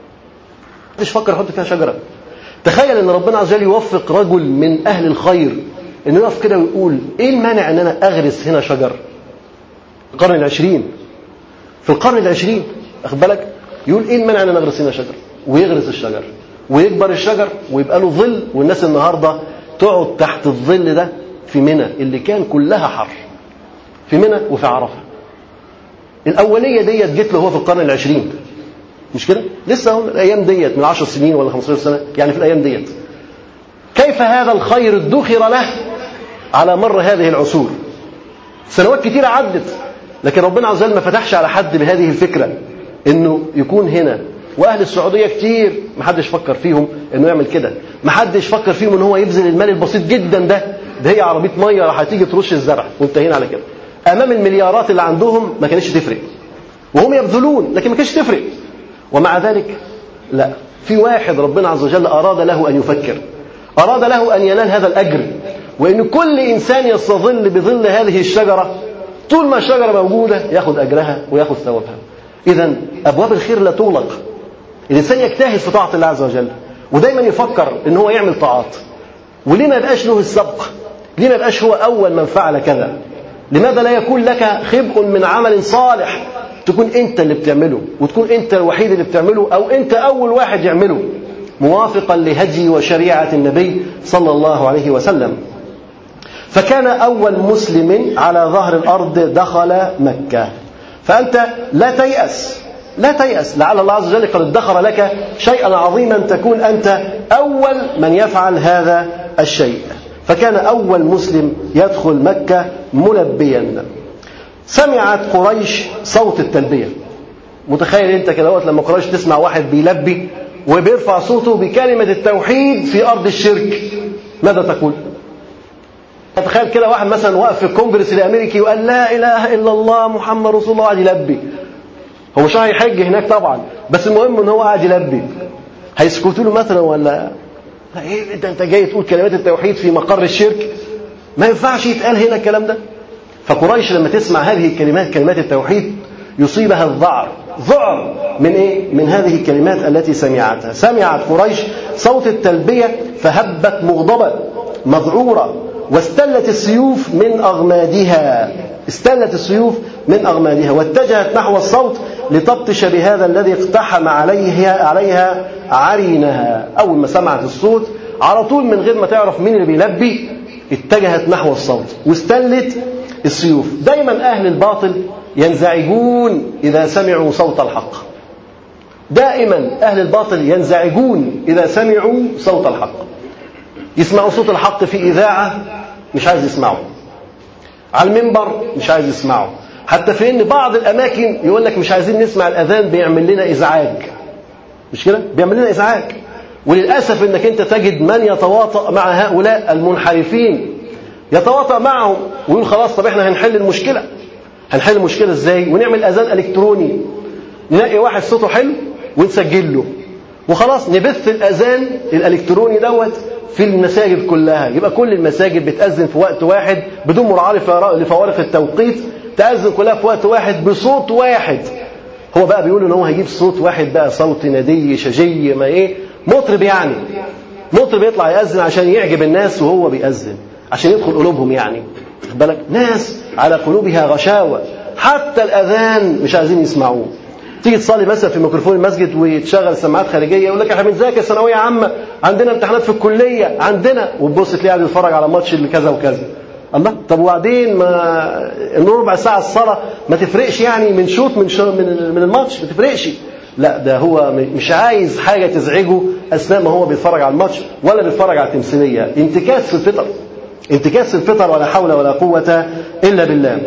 تخيل ان ربنا عز وجل يوفق رجل من اهل الخير انه يقف كده ويقول ايه المانع ان انا اغرس هنا شجر؟ القرن العشرين، في القرن العشرين اخد بالك، يقول ايه المانع ان انا اغرس هنا شجر؟ ويغرس الشجر ويكبر الشجر ويبقى له ظل، والناس النهارده تقعد تحت الظل ده في منى اللي كان كلها حر، في منى وفي عرفه. الاوليه ديت جت له هو في القرن العشرين، مش كده؟ لسه هو الايام ديت من 10 سنين ولا 15 سنه، يعني في الايام ديت. كيف هذا الخير ادخر له على مر هذه العصور؟ سنوات كتيره عدت، لكن ربنا عز وجل ما فتحش على حد بهذه الفكره انه يكون هنا. واهل السعوديه كتير ما حدش فكر فيهم انه يعمل كده، ما حدش فكر فيهم ان هو يبذل المال البسيط جدا ده هي عربيه ميه راح تيجي ترش الزرع وانتهينا على كده. امام المليارات اللي عندهم ما كانتش تفرق، وهم يبذلون لكن ما كانتش تفرق. ومع ذلك لا، في واحد ربنا عز وجل اراد له ان يفكر، اراد له ان ينال هذا الاجر، وان كل انسان يستظل بظل هذه الشجره طول ما الشجره موجوده ياخذ اجرها وياخذ ثوابها. اذا ابواب الخير لا تغلق. الإنسان يجتهد في طاعة الله عز وجل ودايما يفكر إن هو يعمل طاعات. وليه ما يبقاش له السبق؟ ليه ما يبقاش هو أول من فعل كذا؟ لماذا لا يكون لك خبء من عمل صالح تكون أنت اللي بتعمله، وتكون أنت الوحيد اللي بتعمله، أو أنت أول واحد يعمله موافقا لهدي وشريعة النبي صلى الله عليه وسلم. فكان أول مسلم على ظهر الأرض دخل مكة. فأنت لا تيأس، لعل الله عز وجل قد ادخر لك شيئا عظيما تكون أنت أول من يفعل هذا الشيء. فكان أول مسلم يدخل مكة ملبيا. سمعت قريش صوت التلبية. متخيل أنت كده لما قريش تسمع واحد بيلبي وبيرفع صوته بكلمة التوحيد في أرض الشرك، ماذا تقول؟ تخيل كده واحد مثلا واقف في الكونجرس الأمريكي وقال لا إله إلا الله محمد رسول الله قاعد يلبي. هو مش هيحج هناك طبعا، بس المهم ان هو قاعد يلبي. هيسكتوا له مثلا ولا ايه؟ انت جاي تقول كلمات التوحيد في مقر الشرك؟ ما ينفعش يتقال هنا الكلام ده. فقريش لما تسمع هذه الكلمات، كلمات التوحيد، يصيبها الذعر ذعر من إيه؟ من هذه الكلمات التي سمعتها. سمعت قريش صوت التلبية فهبت مغضبة مذعورة واستلت السيوف من أغمادها. استلت السيوف من أغمادها واتجهت نحو الصوت لتبطش بهذا الذي اقتحم عليها عرينها. أول ما سمعت الصوت على طول من غير ما تعرف مين اللي بيلبي اتجهت نحو الصوت واستلت السيوف. دايما أهل الباطل ينزعجون إذا سمعوا صوت الحق. دائما أهل الباطل ينزعجون إذا سمعوا صوت الحق. يسمعوا صوت الحق في إذاعة مش عايز يسمعه، على المنبر مش عايز يسمعه، حتى في إن بعض الأماكن يقول لك مش عايزين نسمع الأذان بيعمل لنا إزعاج. مش كده؟ بيعمل لنا إزعاج. وللأسف إنك أنت تجد من يتواطأ مع هؤلاء المنحرفين، يتواطأ معهم ويقول خلاص طب احنا هنحل المشكلة. هنحل المشكلة ازاي؟ ونعمل أذان إلكتروني، نلاقي واحد صوته حلو ونسجل له وخلاص نبث الأذان الإلكتروني دوت في المساجد كلها. يبقى كل المساجد بتأذن في وقت واحد بدون مراعاة لفوارق التوقيت، تأذن كلها في وقت واحد بصوت واحد. هو بقى بيقول ان هو هيجيب صوت واحد بقى، صوت ندي شجي ما ايه، مطرب يعني، مطرب يطلع يأذن عشان يعجب الناس وهو بيأذن عشان يدخل قلوبهم يعني. خد بالك، ناس على قلوبها غشاوة، حتى الأذان مش عايزين يسمعوه. تيجي تصلي مثلا في ميكروفون المسجد وتشغل سماعات خارجيه، يقول لك احنا بنذاكر ثانويه عامه، عندنا امتحانات في الكليه، عندنا، وتبص تلاقيه قاعد يتفرج على ماتش اللي كذا وكذا. الله، طب وبعدين ما ربع ساعه الصلاه ما تفرقش يعني من شوط من الماتش؟ ما تفرقش. لا، ده هو مش عايز حاجه تزعجه اثناء ما هو بيتفرج على الماتش ولا بيتفرج على التمثيليه. انتكاس في الفطر، انتكاس الفطر، ولا حول ولا قوه الا بالله.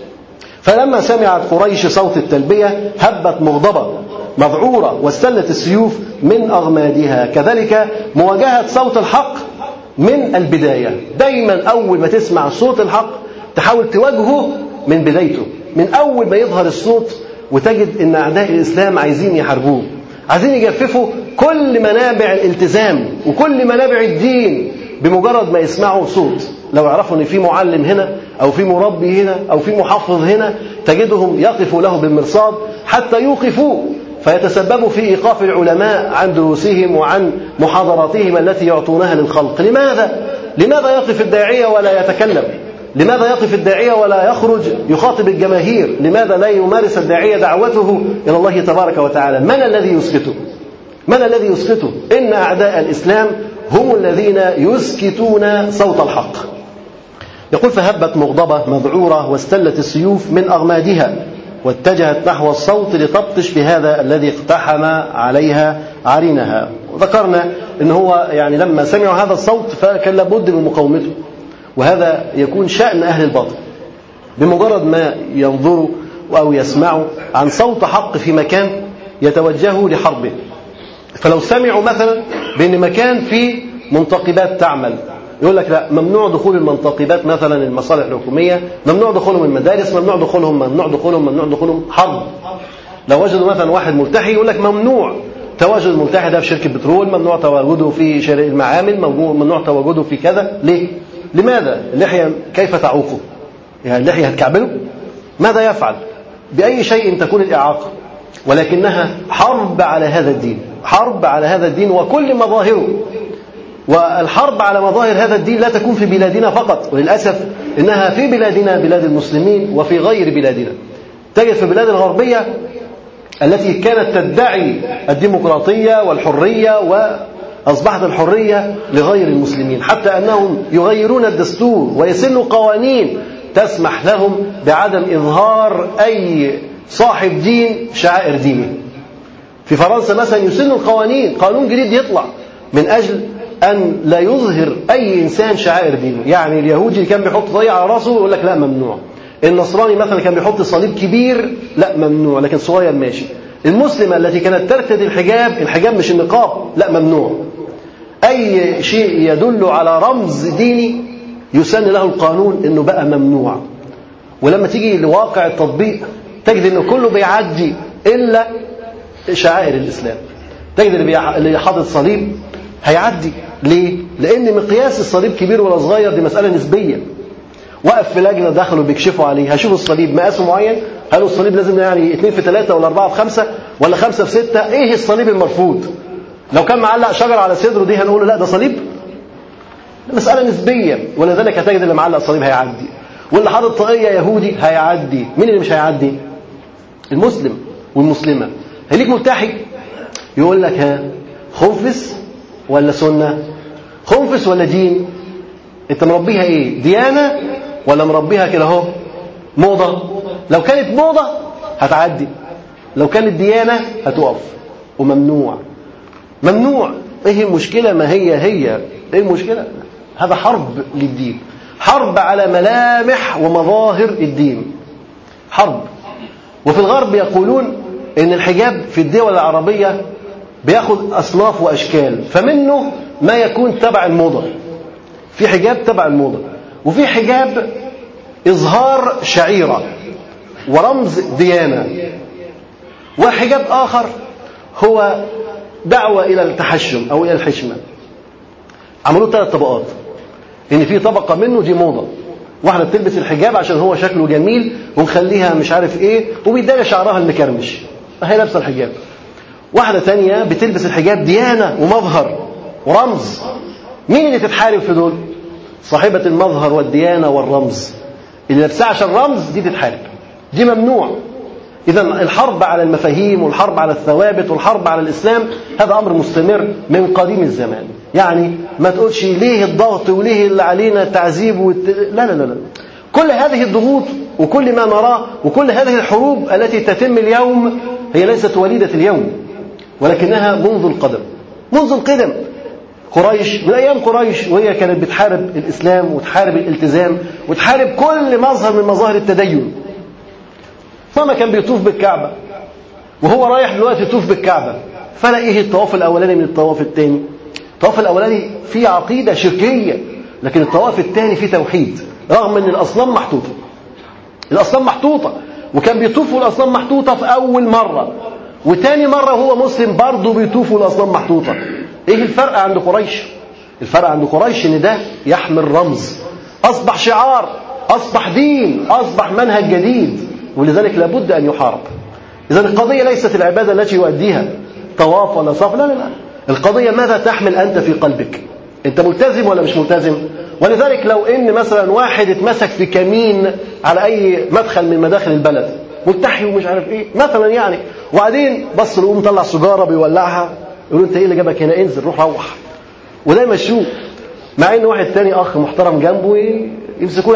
فلما سمعت قريش صوت التلبية هبت مغضبة مذعورة واستلت السيوف من أغمادها. كذلك مواجهة صوت الحق من البداية. دايما أول ما تسمع صوت الحق تحاول تواجهه من بدايته، من أول ما يظهر الصوت وتجد أن أعداء الإسلام عايزين يحاربوه، عايزين يجففوا كل منابع الالتزام وكل منابع الدين بمجرد ما يسمعوا صوت. لو يعرفوا ان في معلم هنا او في مربي هنا او في محفظ هنا، تجدهم يقفوا له بالمرصاد حتى يوقفوه، فيتسببوا في ايقاف العلماء عن دروسهم وعن محاضراتهم التي يعطونها للخلق. لماذا يقف الداعية ولا يتكلم؟ لماذا يقف الداعية ولا يخرج يخاطب الجماهير؟ لماذا لا يمارس الداعية دعوته إلى الله تبارك وتعالى؟ من الذي يسكته؟ من الذي يسكته؟ إن أعداء الإسلام هم الذين يسكتون صوت الحق. يقول فهبت مغضبة مذعورة واستلت السيوف من أغمادها واتجهت نحو الصوت لتبطش بهذا الذي اقتحم عليها عرينها. وذكرنا أنه هو يعني لما سمعوا هذا الصوت فكان لابد من مقاومته، وهذا يكون شأن أهل الباطل. بمجرد ما ينظروا أو يسمعوا عن صوت حق في مكان يتوجهوا لحربه. فلو سمعوا مثلا بأن مكان فيه منتقبات تعمل، يقول لك لا، ممنوع دخول المنتقبات مثلا المصالح الحكومية، ممنوع دخولهم المدارس، ممنوع دخولهم حرب. لو وجدوا مثلا واحد ملتحي يقول لك ممنوع تواجد الملتحي ده في شركة بترول، ممنوع تواجده في شركة المعامل، ممنوع تواجده في كذا. ليه؟ لماذا؟ اللحية كيف تعوقه؟ يعني اللحية هتكعبله؟ ماذا يفعل؟ بأي شيء تكون الإعاقة؟ ولكنها حرب على هذا الدين، حرب على هذا الدين وكل مظاهره. والحرب على مظاهر هذا الدين لا تكون في بلادنا فقط، وللأسف إنها في بلادنا بلاد المسلمين وفي غير بلادنا. تجد في البلاد الغربية التي كانت تدعي الديمقراطية والحرية وأصبحت الحرية لغير المسلمين، حتى أنهم يغيرون الدستور ويسنوا قوانين تسمح لهم بعدم إظهار أي صاحب دين شعائر دينه. في فرنسا مثلا يسنوا القوانين، قانون جديد يطلع من أجل أن لا يظهر أي إنسان شعائر دينه. يعني اليهودي اللي كان بيحط طاقية على رأسه يقول لك لا ممنوع. النصراني مثلا كان بيحط صليب كبير، لا ممنوع، لكن صغير ماشي. المسلمة التي كانت ترتدي الحجاب مش النقاب، لا ممنوع. أي شيء يدل على رمز ديني يسن له القانون إنه بقى ممنوع. ولما تيجي لواقع التطبيق تجد إنه كله بيعدي إلا شعائر الإسلام. تجد اللي حاطط صليب هيعدي. ليه؟ لأن مقياس الصليب كبير ولا صغير دي مسألة نسبية. وقف في لجنة دخلوا بيكشفوا عليه، هشوف الصليب مقاسه معين هل الصليب لازم يعني 2 في 3 ولا 4 في 5 ولا 5 في 6؟ ايه الصليب المرفوض؟ لو كان معلق شجر على صدره دي هنقول لا ده صليب؟ مسألة نسبية. ولذلك هتجد اللي معلق صليب هيعدي، واللي حاطط طاقية يهودي هيعدي. مين اللي مش هيعدي؟ المسلم والمسلمة. هليك ملتحي يقول لك ها خنفس ولا سنة؟ خنفس ولا دين؟ انت مربيها ايه؟ ديانة ولا مربيها كده اهو موضة؟ لو كانت موضة هتعدي، لو كانت ديانة هتقف. وممنوع، ممنوع. ايه المشكلة؟ ما هي ايه المشكلة؟ هذا حرب للدين، حرب على ملامح ومظاهر الدين، حرب. وفي الغرب يقولون ان الحجاب في الدول العربية بياخد أصناف وأشكال، فمنه ما يكون تبع الموضة. في حجاب تبع الموضة، وفي حجاب إظهار شعيرة ورمز ديانة، وحجاب آخر هو دعوة إلى التحشم أو إلى الحشمة. عملوا 3 طبقات، إن في طبقة منه دي موضة، واحدة بتلبس الحجاب عشان هو شكله جميل ومخليها مش عارف إيه وبيداري شعرها المكرمش، هي لابسة الحجاب. واحدة تانية بتلبس الحجاب ديانة ومظهر ورمز. مين اللي تتحارب في دول؟ صاحبة المظهر والديانة والرمز، اللي لابسها عشان رمز دي تتحارب، دي ممنوع. إذا الحرب على المفاهيم والحرب على الثوابت والحرب على الإسلام هذا أمر مستمر من قديم الزمان. يعني ما تقولش ليه الضغط وليه اللي علينا التعذيب لا لا لا، كل هذه الضغوط وكل ما نراه وكل هذه الحروب التي تتم اليوم هي ليست وليدة اليوم، ولكنها منذ القدم، منذ القدم. قريش من أيام قريش وهي كانت بتحارب الإسلام وتحارب الالتزام وتحارب كل مظهر من مظاهر التدين. فما كان بيطوف بالكعبة وهو رايح دلوقتي يطوف بالكعبة، فلا إيه الطواف الأولاني من الطواف الثاني؟ الطواف الأولاني فيه عقيدة شركية، لكن الطواف الثاني فيه توحيد، رغم أن الأصنام محطوطة، الأصنام محطوطة، وكان بيطوفوا الأصنام محطوطة في أول مرة، وتاني مرة هو مسلم برضه بيطوفوا الأصنام محطوطة. إيه الفرق عند قريش؟ الفرق عند قريش إن ده يحمل رمز، أصبح شعار، أصبح دين، أصبح منهج جديد، ولذلك لابد أن يحارب. إذن القضية ليست العبادة التي يؤديها طواف ولا صف، لا لا لا، القضية ماذا تحمل أنت في قلبك؟ أنت ملتزم ولا مش ملتزم؟ ولذلك لو إن مثلا واحد اتمسك في كمين على أي مدخل من مداخل البلد ملتحي ومش عارف إيه مثلا يعني، وبعدين بص له مطلع سجارة بيولعها، يقولوا أنت إيه اللي جابك هنا؟ انزل روح. وده يمشوه، مع إن واحد تاني أخ محترم جنبه يمسكوه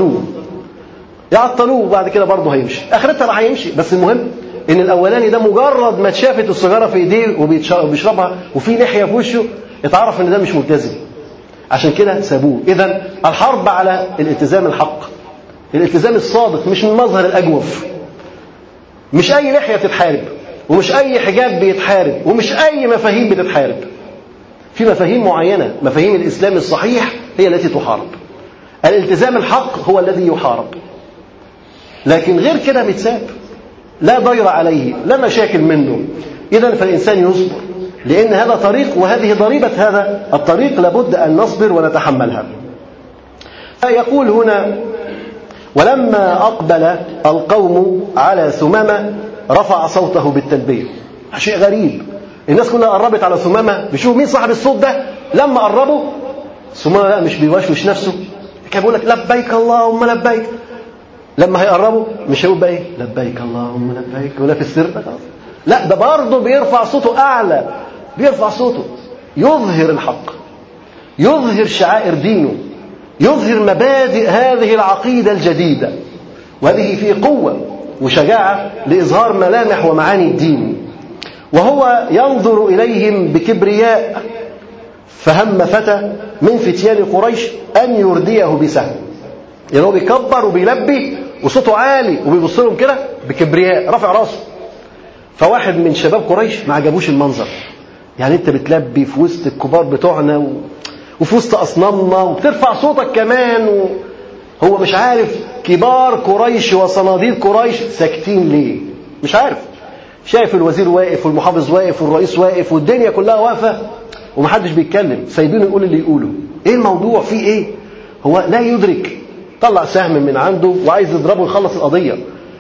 يعطلوه وبعد كده برضه هيمشي، آخرتها راح يمشي. بس المهم إن الأولاني ده مجرد ما اتشافت السجارة في إيديه وبيشربها وفي لحية في وشه اتعرف إن ده مش ملتزم، عشان كده سابوه. إذن الحرب على الالتزام الحق، الالتزام الصادق، مش من مظهر الأجوف، مش أي لحية بتتحارب، ومش أي حجاب بيتحارب، ومش أي مفاهيم بتتحارب. في مفاهيم معينة، مفاهيم الإسلام الصحيح هي التي تحارب، الالتزام الحق هو الذي يحارب، لكن غير كده بيتساب، لا ضير عليه، لا مشاكل منه. إذن فالإنسان يصبر، لأن هذا طريق وهذه ضريبة هذا الطريق، لابد أن نصبر ونتحملها. يقول هنا: ولما أقبل القوم على ثمامة رفع صوته بالتلبية. شيء غريب، الناس كلها قربت على ثمامة بيشوف مين صاحب الصوت ده. لما قربوا ثمامة بقى مش بيوشوش نفسه، كان بيقول لك لبيك اللهم لبيك. لما هيقربوا مش هيقول بقى ايه لبيك اللهم لبيك ولا في السر، لا ده برضه بيرفع صوته أعلى، بيرفع صوته، يظهر الحق، يظهر شعائر دينه، يظهر مبادئ هذه العقيدة الجديدة، وهذه فيه قوة وشجاعة لإظهار ملامح ومعاني الدين. وهو ينظر إليهم بكبرياء، فهم فتى من فتيان قريش أن يرديه بسهم، يعني هو بيكبر وبيلبي وصوته عالي وبيبص لهم كده بكبرياء رافع راسه. فواحد من شباب قريش ما عجبوش المنظر، يعني انت بتلبي في وسط الكبار بتوعنا وفي وسط أصنامنا وبترفع صوتك كمان، هو مش عارف كبار قريش وصناديد قريش ساكتين ليه، مش عارف. شايف الوزير واقف والمحافظ واقف والرئيس واقف والدنيا كلها واقفة ومحدش بيتكلم، سايبينه يقول اللي يقوله. ايه الموضوع؟ فيه ايه؟ هو لا يدرك، طلع سهم من عنده وعايز يضربه يخلص القضية.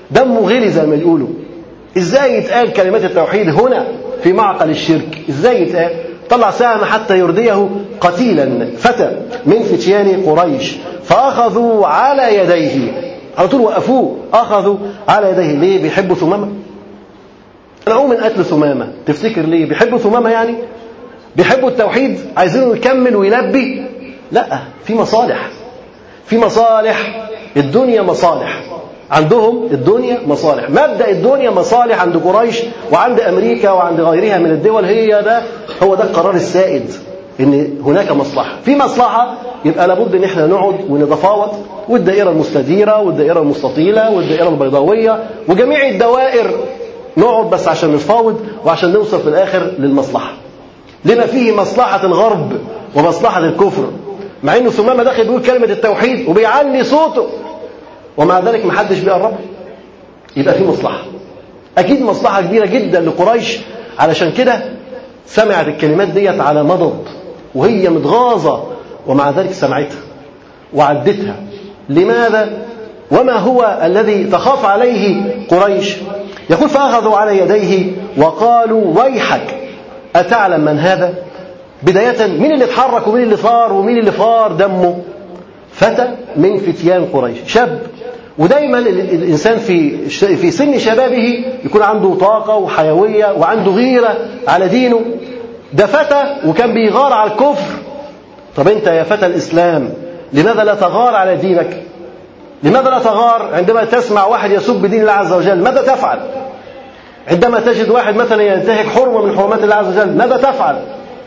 دمه غلي زي ما يقولوا. ازاي يتقال كلمات التوحيد هنا في معقل الشرك؟ ازاي يتقال؟ طلع سهم حتى يرديه قتيلا فتى من فتيان قريش فأخذوا على يديه، على طول وقفوه، أخذوا على يديه. ليه؟ بيحبوا ثمامة؟ منعوه من قتل ثمامة. تفتكر ليه؟ بيحبوا ثمامة يعني؟ بيحبوا التوحيد؟ عايزينه يكمل ويلبي؟ لا، في مصالح، في مصالح. الدنيا مصالح عندهم، الدنيا مصالح. مبدأ الدنيا مصالح عند قريش وعند أمريكا وعند غيرها من الدول. هو ده القرار السائد، إن هناك مصلحة. في مصلحة يبقى لابد إن احنا نقعد ونتفاوض، والدائرة المستديرة والدائرة المستطيلة والدائرة البيضاوية وجميع الدوائر نقعد بس عشان نتفاوض وعشان نوصل في الآخر للمصلحة، لما فيه مصلحة الغرب ومصلحة الكفر. مع إنه ثمامة داخل بيقول كلمة التوحيد وبيعلي صوته، ومع ذلك محدش بيقرب. يبقى في مصلحة، أكيد مصلحة كبيرة جدا لقريش. علشان كده سمعت الكلمات ديت على مضض وهي متغاظة، ومع ذلك سمعتها وعدتها. لماذا؟ وما هو الذي تخاف عليه قريش؟ يقول فأخذوا على يديه وقالوا ويحك أتعلم من هذا؟ بداية مين اللي اتحرك ومين اللي ثار ومين اللي فار دمه؟ فتى من فتيان قريش، شاب. ودايما الإنسان في سن شبابه يكون عنده طاقة وحيوية وعنده غيرة على دينه. ده فتى وكان بيغار على الكفر. طب أنت يا فتى الإسلام لماذا لا تغار على دينك؟ لماذا لا تغار عندما تسمع واحد يسب دين الله عز وجل؟ ماذا تفعل؟ عندما تجد واحد مثلا ينتهك حرمة من حرمات الله عز وجل ماذا تفعل؟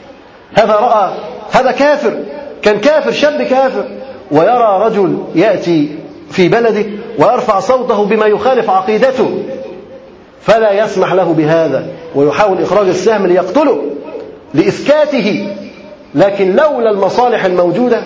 هذا كافر، كان كافر، شاب كافر. ويرى رجل يأتي في بلده ويرفع صوته بما يخالف عقيدته فلا يسمح له بهذا، ويحاول إخراج السهم ليقتله لإسكاته. لكن لولا المصالح الموجودة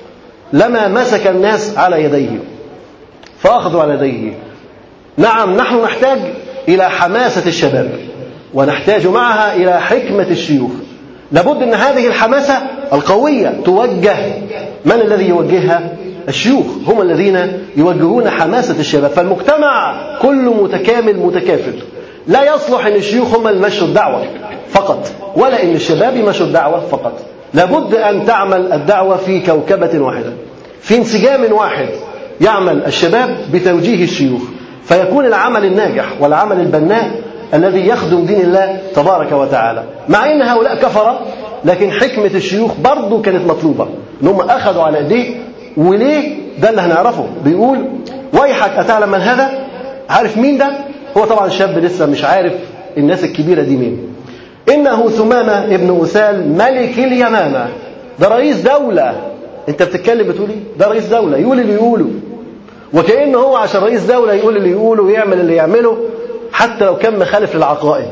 لما مسك الناس على يديه، فأخذوا على يديه. نعم، نحن نحتاج إلى حماسة الشباب ونحتاج معها إلى حكمة الشيوخ. لابد أن هذه الحماسة القوية توجه. من الذي يوجهها؟ الشيوخ هم الذين يوجهون حماسة الشباب. فالمجتمع كله متكامل متكافل. لا يصلح أن الشيوخ هم اللي يمشوا الدعوة فقط، ولا أن الشباب يمشوا الدعوة فقط. لابد أن تعمل الدعوة في كوكبة واحدة، في انسجام واحد. يعمل الشباب بتوجيه الشيوخ، فيكون العمل الناجح والعمل البناء الذي يخدم دين الله تبارك وتعالى. مع أن هؤلاء كفرة، لكن حكمة الشيوخ برضو كانت مطلوبة، أنهم أخذوا على ايديه. وليه؟ ده اللي هنعرفه. بيقول ويحك أتعلم من هذا؟ عارف مين ده؟ هو طبعا الشاب لسه مش عارف الناس الكبيرة دي مين. إنه ثمامة ابن أثال ملك اليمامة. ده رئيس دولة. أنت بتتكلم بتقول إيه؟ ده رئيس دولة يقول اللي يقوله، وكأنه هو عشان رئيس دولة يقول اللي يقوله ويعمل اللي يعمله حتى لو كان مخالف للعقائد.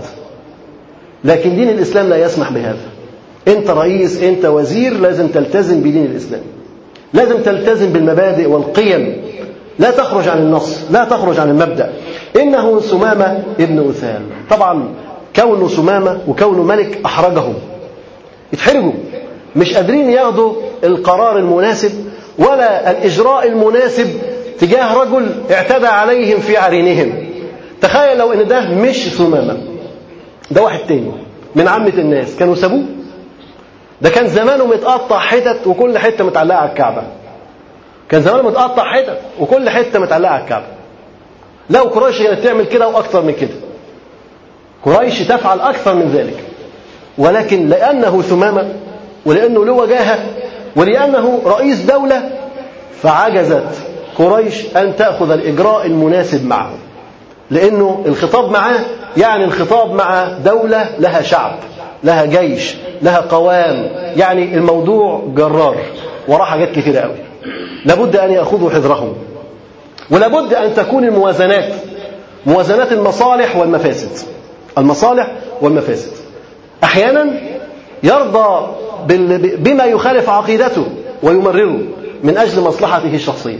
لكن دين الإسلام لا يسمح بهذا. أنت رئيس، أنت وزير، لازم تلتزم بدين الإسلام، لازم تلتزم بالمبادئ والقيم، لا تخرج عن النص، لا تخرج عن المبدأ. إنه ثمامة ابن أثال. طبعا كونه ثمامة وكونه ملك أحرجهم، يتحرجوا، مش قادرين ياخدوا القرار المناسب ولا الإجراء المناسب تجاه رجل اعتدى عليهم في عرينهم. تخيل لو ان ده مش ثمامة، ده واحد تاني من عامة الناس، كانوا سابوه. ده كان زمانه متقطع حتت وكل حتة متعلقة على الكعبة. كان زمانه متقطع حتت وكل حتة متعلقة على الكعبة. لو قريش كانت تعمل كده وأكثر من كده، قريش تفعل أكثر من ذلك. ولكن لأنه ثمامة ولأنه له وجاهة ولأنه رئيس دولة، فعجزت قريش أن تأخذ الإجراء المناسب معه. لأنه الخطاب معاه يعني الخطاب مع دولة لها شعب، لها جيش، لها قوام، يعني الموضوع جرار وراه حاجات كثيرة قوي. لابد أن يأخذوا حذرهم، ولابد أن تكون الموازنات، موازنات المصالح والمفاسد. المصالح والمفاسد. أحيانا يرضى بما يخالف عقيدته ويمرره من أجل مصلحته الشخصية.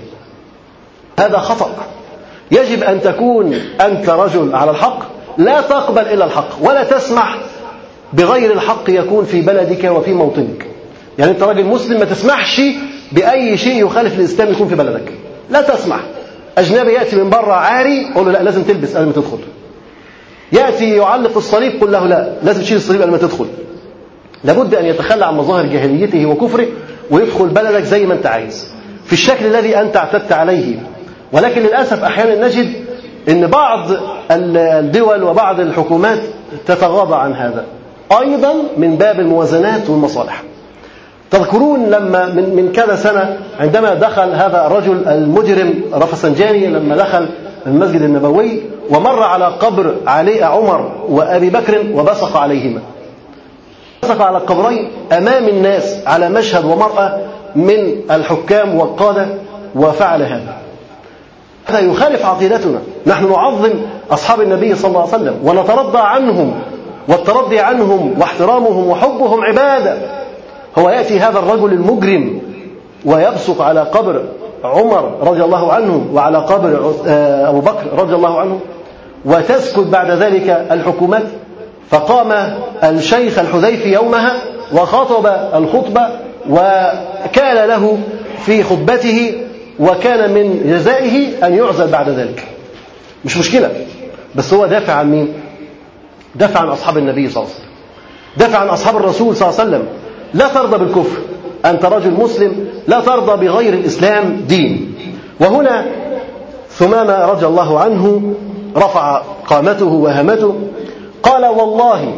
هذا خطأ. يجب أن تكون أنت رجل على الحق، لا تقبل إلا الحق، ولا تسمح بغير الحق يكون في بلدك وفي موطنك. يعني أنت راجل مسلم، ما تسمحش بأي شيء يخالف الإسلام يكون في بلدك، لا تسمح. أجنبي يأتي من بره عاري قل له لا لازم تلبس قبل ما تدخل. يأتي يعلق الصليب قل له لا لازم تشيل الصليب قبل ما تدخل. لابد أن يتخلى عن مظاهر جاهليته وكفره ويدخل بلدك زي ما أنت عايز في الشكل الذي أنت اعتدت عليه. ولكن للأسف أحيانا نجد أن بعض الدول وبعض الحكومات تتغاضى عن هذا أيضا من باب الموازنات والمصالح. تذكرون لما من كذا سنة عندما دخل هذا الرجل المجرم رفسنجاني لما دخل المسجد النبوي ومر على قبر علي عمر وأبي بكر وبصق عليهما، بصق على القبرين أمام الناس على مشهد ومرأة من الحكام والقادة وفعل هذا. هذا يخالف عقيدتنا. نحن نعظم أصحاب النبي صلى الله عليه وسلم ونترضى عنهم، والترضي عنهم واحترامهم وحبهم عبادة. هو يأتي هذا الرجل المجرم ويبصق على قبر عمر رضي الله عنه وعلى قبر أبو بكر رضي الله عنه وتسكت بعد ذلك الحكومات. فقام الشيخ الحذيفي يومها وخطب الخطبة وكان له في خطبته وكان من جزائه أن يعزل بعد ذلك. مش مشكلة، بس هو دافع عن مين؟ دافع عن أصحاب النبي صلى الله عليه وسلم، دافع عن أصحاب الرسول صلى الله عليه وسلم. لا ترضى بالكفر، أنت رجل مسلم لا ترضى بغير الإسلام دين. وهنا ثمامة رضي الله عنه رفع قامته وهمته قال والله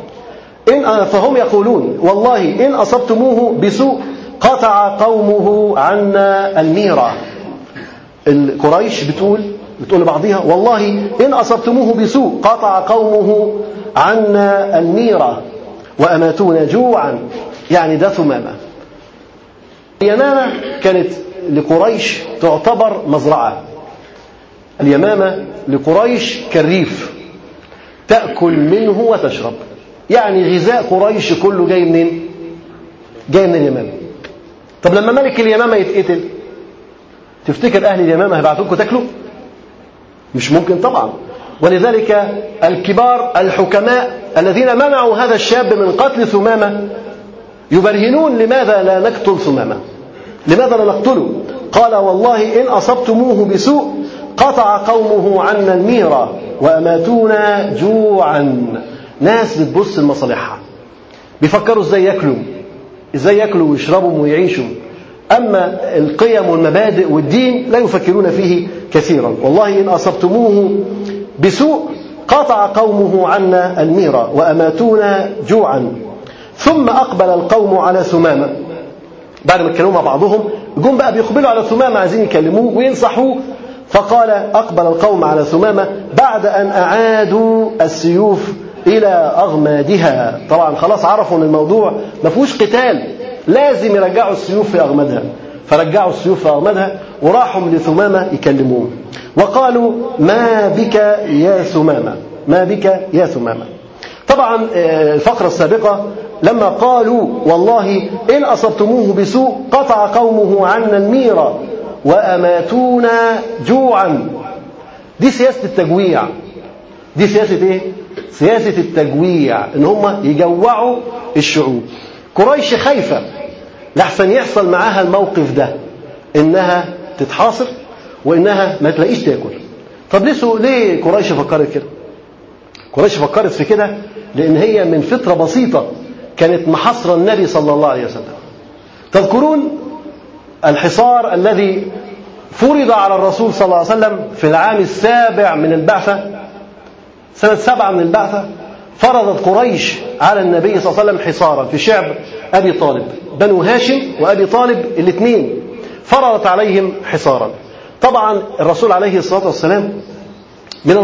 فهم يقولون والله إن أصبتموه بسوء قطع قومه عنا الميرة. القريش بتقول لبعضها والله إن أصبتموه بسوء قطع قومه عنا الميرة وأماتونا جوعا. يعني ده ثمامة. اليمامة كانت لقريش تعتبر مزرعة. اليمامة لقريش كالريف تأكل منه وتشرب. يعني غذاء قريش كله جاي منين؟ جاي من اليمامة. طب لما ملك اليمامة يتقتل تفتكر أهل اليمامة هيبعتوكم تاكلوا؟ مش ممكن طبعا. ولذلك الكبار الحكماء الذين منعوا هذا الشاب من قتل ثمامة يبرهنون لماذا لا نقتل ثمامة، لماذا لا نقتله. قال والله إن أصبتموه بسوء قطع قومه عنا الميرة وأماتونا جوعا. ناس بتبص لمصالحها، بيفكروا ازاي ياكلوا ويشربوا ويعيشوا. أما القيم والمبادئ والدين لا يفكرون فيه كثيرا. والله إن أصبتموه بسوء قطع قومه عنا الميرة وأماتونا جوعا. ثم أقبل القوم على ثمامة بعد ما اتكلموا مع بعضهم جم بقى بيقبلوا على ثمامة عايزين يكلموه وينصحوه. فقال أقبل القوم على ثمامة بعد أن أعادوا السيوف إلى أغمادها. طبعا خلاص عرفوا أن الموضوع ما فيهوش قتال، لازم يرجعوا السيوف في أغمادها. فرجعوا السيوف في أغمادها وراحوا لثمامة يكلموه وقالوا ما بك يا ثمامة، ما بك يا ثمامة. طبعا الفقرة السابقة لما قالوا والله إن أصبتموه بسوء قطع قومه عنا الميرة وأماتونا جوعا. دي سياسة التجويع. دي سياسة إيه؟ سياسة التجويع، إن هم يجوعوا الشعوب. قريش خايفة لحسن يحصل معاها الموقف ده إنها تتحاصر وإنها ما تلاقيش تاكل. طب ليه قريش فكرت كده؟ قريش فكرت في كده لأن هي من فترة بسيطة كانت محاصرة النبي صلى الله عليه وسلم. تذكرون الحصار الذي فرض على الرسول صلى الله عليه وسلم في العام 7 من البعثة، سنة 7 من البعثة فرضت قريش على النبي صلى الله عليه وسلم حصارا في شعب أبي طالب. بنو هاشم وأبي طالب الاثنين فرضت عليهم حصارا. طبعا الرسول عليه الصلاة والسلام من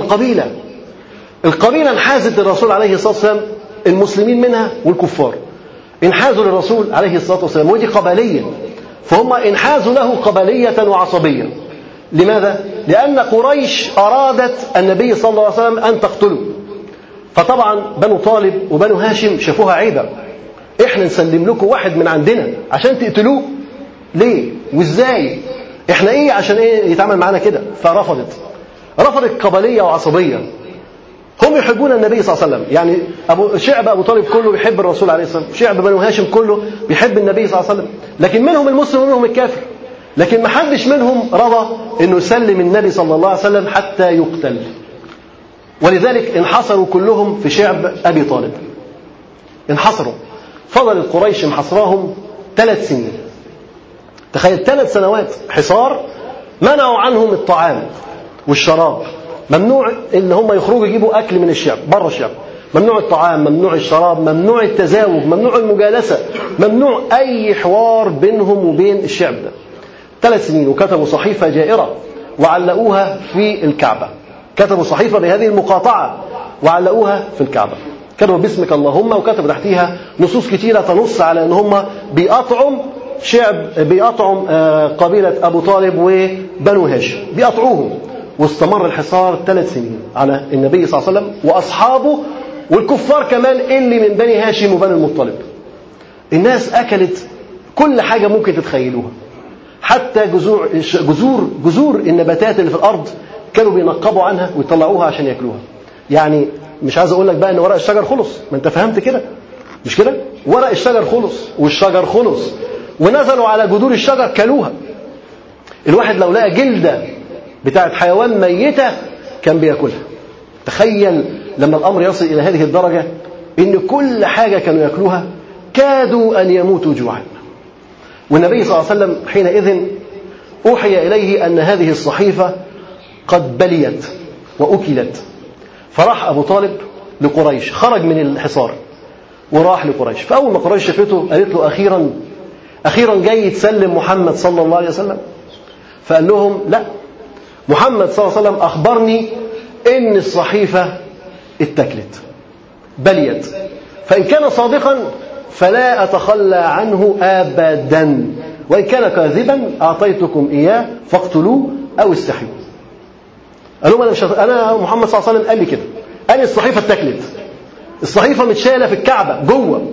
القبيلة انحازت للرسول عليه الصلاة والسلام المسلمين منها والكفار انحازوا للرسول عليه الصلاة والسلام، ودي قبلية، فهم انحازوا له قبلية وعصبية. لماذا؟ لأن قريش أرادت النبي صلى الله عليه وسلم أن تقتله. فطبعا بنو طالب وبنو هاشم شافوها عيبة، احنا نسلم لكم واحد من عندنا عشان تقتلوه ليه وازاي؟ احنا ايه عشان ايه يتعامل معنا كده؟ فرفضت قبلية وعصبية. هم يحبون النبي صلى الله عليه وسلم، يعني شعب أبو طالب كله بيحب الرسول عليه الصلاة والسلام، شعب بنو هاشم كله بيحب النبي صلى الله عليه وسلم، لكن منهم المسلم ومنهم الكافر. لكن ما حدش منهم رضى أنه يسلم النبي صلى الله عليه وسلم حتى يقتل. ولذلك انحصروا كلهم في شعب أبي طالب، انحصروا. فضل القريش محصراهم 3 سنين. تخيل 3 سنوات حصار، منعوا عنهم الطعام والشراب، ممنوع ان هم يخرجوا يجيبوا اكل من الشعب بره الشعب، ممنوع الطعام، ممنوع الشراب، ممنوع التزاوج، ممنوع المجالسه، ممنوع اي حوار بينهم وبين الشعب ده. 3 سنين. وكتبوا صحيفه جائره وعلقوها في الكعبه، كتبوا صحيفه بهذه المقاطعه وعلقوها في الكعبه، كتبوا باسمك اللهم، وكتبوا تحتيها نصوص كتيره تنص على ان هم بيقطعوا قبيله ابو طالب وبنو هاشم، بيقطعوهم. واستمر الحصار 3 سنين على النبي صلى الله عليه وسلم واصحابه والكفار كمان اللي من بني هاشم وبني المطلب. الناس اكلت كل حاجه ممكن تتخيلوها، حتى جذور النباتات اللي في الارض كانوا بينقبوا عنها ويطلعوها عشان ياكلوها. يعني مش عايز اقول لك بقى ان ورق الشجر خلص، ما انت فهمت كده مش كده؟ ورق الشجر خلص والشجر خلص، ونزلوا على جذور الشجر كلوها. الواحد لو لقى جلده بتاعت حيوان ميته كان بياكلها. تخيل لما الامر يصل الى هذه الدرجه ان كل حاجه كانوا ياكلوها كادوا ان يموتوا جوعا. والنبي صلى الله عليه وسلم حينئذ اوحي اليه ان هذه الصحيفه قد بليت واكلت. فراح ابو طالب لقريش، خرج من الحصار وراح لقريش. فاول ما قريش شافته قالت له اخيرا جاي تسلم محمد صلى الله عليه وسلم. فقال لهم لا، محمد صلى الله عليه وسلم اخبرني ان الصحيفه اتكلت بليت، فان كان صادقا فلا اتخلى عنه ابدا، وان كان كاذبا اعطيتكم اياه فاقتلوه او استحيوا. قال لهم انا محمد صلى الله عليه وسلم قال لي كده، قال لي الصحيفه اتكلت، الصحيفه متشاله في الكعبه جوه.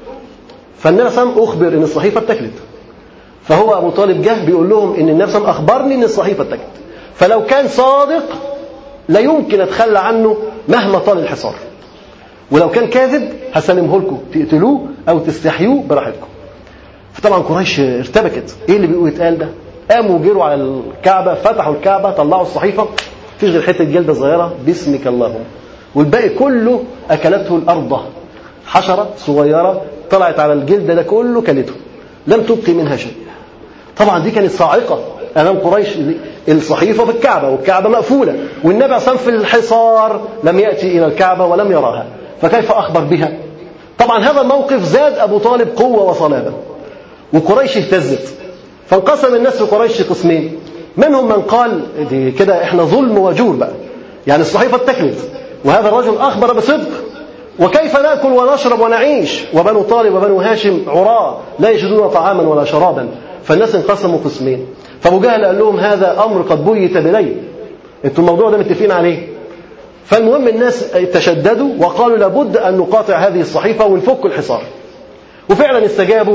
فالنبي صلى الله عليه وسلم اخبر ان الصحيفه اتكلت، فهو ابو طالب جه بيقول لهم ان النبي صلى الله عليه وسلم اخبرني ان الصحيفه اتكلت، فلو كان صادق لا يمكن اتخلى عنه مهما طال الحصار، ولو كان كاذب هسلمه لكم تقتلوه او تستحيوه براحتكم. فطبعا قريش ارتبكت، ايه اللي بيقول يتقال ده؟ قاموا جروا على الكعبه، فتحوا الكعبه، طلعوا الصحيفه، مفيش غير حته جلده صغيره باسمك اللهم، والباقي كله اكلته الارض. حشره صغيره طلعت على الجلد ده كله كلته، لم تبقي منها شيء. طبعا دي كانت صاعقه امام قريش، الصحيفه في الكعبه والكعبه مقفوله، والنبي صلى الله عليه وسلم في الحصار لم ياتي الى الكعبه ولم يراها، فكيف اخبر بها؟ طبعا هذا الموقف زاد ابو طالب قوه وصلابه، وقريش اهتزت. فانقسم الناس في قريش قسمين، منهم من قال دي كده احنا ظلم وجور بقى، يعني الصحيفه اتكلت وهذا الرجل اخبر بصدق، وكيف ناكل ونشرب ونعيش وبنو طالب وبنو هاشم عراة لا يجدون طعاما ولا شرابا. فالناس انقسموا قسمين. فابو جهل قال لهم هذا امر قد بيت بليل، انتوا الموضوع ده متفقين عليه. فالمهم الناس تشددوا وقالوا لابد ان نقاطع هذه الصحيفه ونفك الحصار، وفعلا استجابوا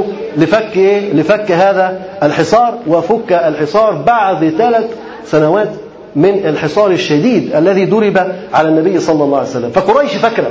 لفك هذا الحصار، وفك الحصار بعد 3 سنوات من الحصار الشديد الذي ضرب على النبي صلى الله عليه وسلم. فقريش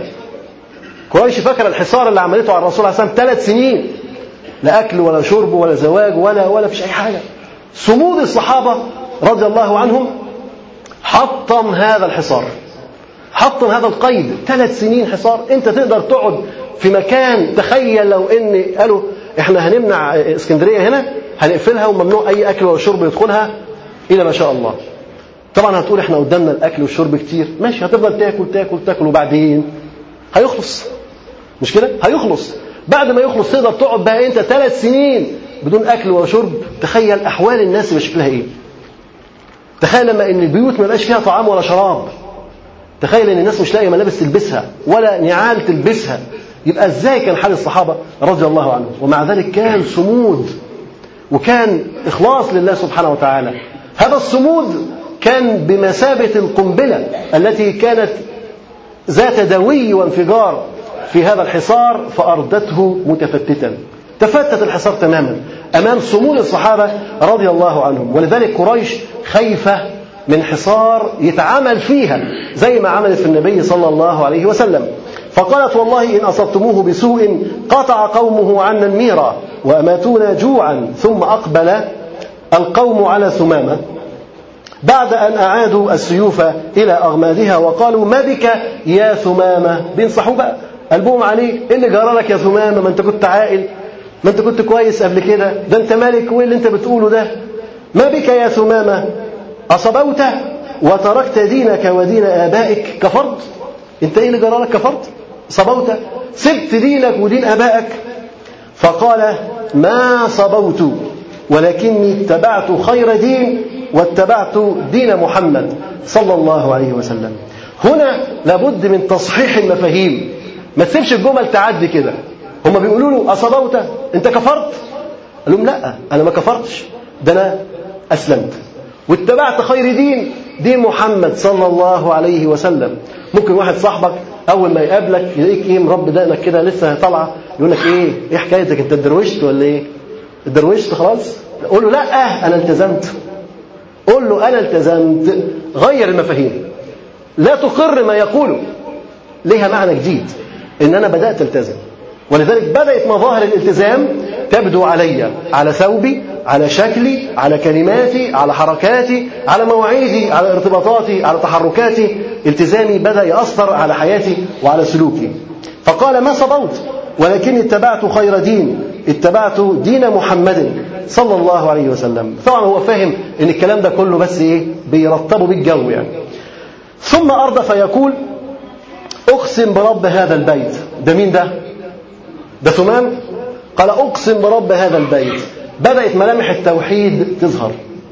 فاكره الحصار اللي عملته على الرسول عليه الصلاه والسلام 3 سنين، لا اكل ولا شرب ولا زواج ولا فيش اي حاجه. صمود الصحابه رضي الله عنهم حطم هذا الحصار، حطم هذا القيد. 3 سنين حصار، انت تقدر تقعد في مكان؟ تخيل لو ان قالوا احنا هنمنع اسكندريه هنا، هنقفلها وممنوع اي اكل ولا شرب يدخلها الى ما شاء الله. طبعا هتقول احنا قدامنا الاكل والشرب كتير، ماشي، هتفضل تاكل وبعدين هيخلص، مش كده؟ هيخلص. بعد ما يخلص تقدر تقعد بقى انت 3 سنين بدون اكل ولا شرب. تخيل احوال الناس بشكلها ايه. تخيل لما ان البيوت ما بقاش فيها طعام ولا شراب، تخيل ان الناس مش لاقيه ملابس تلبسها ولا نعال تلبسها، يبقى ازاي كان حال الصحابه رضي الله عنهم؟ ومع ذلك كان صمود وكان اخلاص لله سبحانه وتعالى. هذا الصمود كان بمثابه القنبله التي كانت ذات دوي وانفجار في هذا الحصار فاردته متفتتا. تفتت الحصار تماما امام صمود الصحابه رضي الله عنهم. ولذلك قريش خايفه من حصار يتعامل فيها زي ما عملت في النبي صلى الله عليه وسلم. فقالت والله إن أصبتموه بسوء قطع قومه عنا الميرا وأماتونا جوعا ثم القوم على ثمامة بعد أن أعادوا السيوف إلى أغمادها وقالوا ما بك يا ثمامة، بينصحوا بقى قلبهم عليه، إيه اللي جرى لك يا ثمامة؟ ما أنت كنت عاقل، ما أنت كنت كويس قبل كده، ده أنت مالك وإيه اللي أنت بتقوله ده؟ ما بك يا ثمامة أصبوت وتركت دينك ودين آبائك، كفرت؟ أنت إيه اللي جرى لك؟ كفرت؟ صبوت، سبت دينك ودين آبائك؟ فقال ما صبوت ولكني اتبعت خير دين واتبعت دين محمد صلى الله عليه وسلم. هنا لابد من تصحيح المفاهيم، ما تسيبش الجمل تعدي كده. هم بيقولوا له أصبوت، أنت كفرت؟ قال لهم لا، أنا ما كفرتش، ده أنا أسلمت واتبعت خير دين محمد صلى الله عليه وسلم. ممكن واحد صاحبك أول ما يقابلك يلاقيك إيه مربي دقنك كده لسه طالعة، يقول لك إيه حكايتك، أنت اتدروشت ولا إيه؟ اتدروشت خلاص؟ قول له لا أنا التزمت، قول له أنا التزمت. غير المفاهيم، لا تقر ما يقوله، ليها معنى جديد إن أنا بدأت التزم. ولذلك بدأت مظاهر الالتزام تبدو علي، على ثوبي، على شكلي، على كلماتي، على حركاتي، على مواعيدي، على ارتباطاتي، على تحركاتي. التزامي بدأ يأثر على حياتي وعلى سلوكي. فقال ما صبوت ولكن اتبعت خير دين، اتبعت دين محمد صلى الله عليه وسلم. طبعا هو فاهم ان الكلام ده كله بس ايه بيرطبوا بالجو يعني. ثم أرضى فيقول أقسم برب هذا البيت. ده مين ده؟ ده ثمام. قال أقسم برب هذا البيت. بدأت ملامح التوحيد تظهر.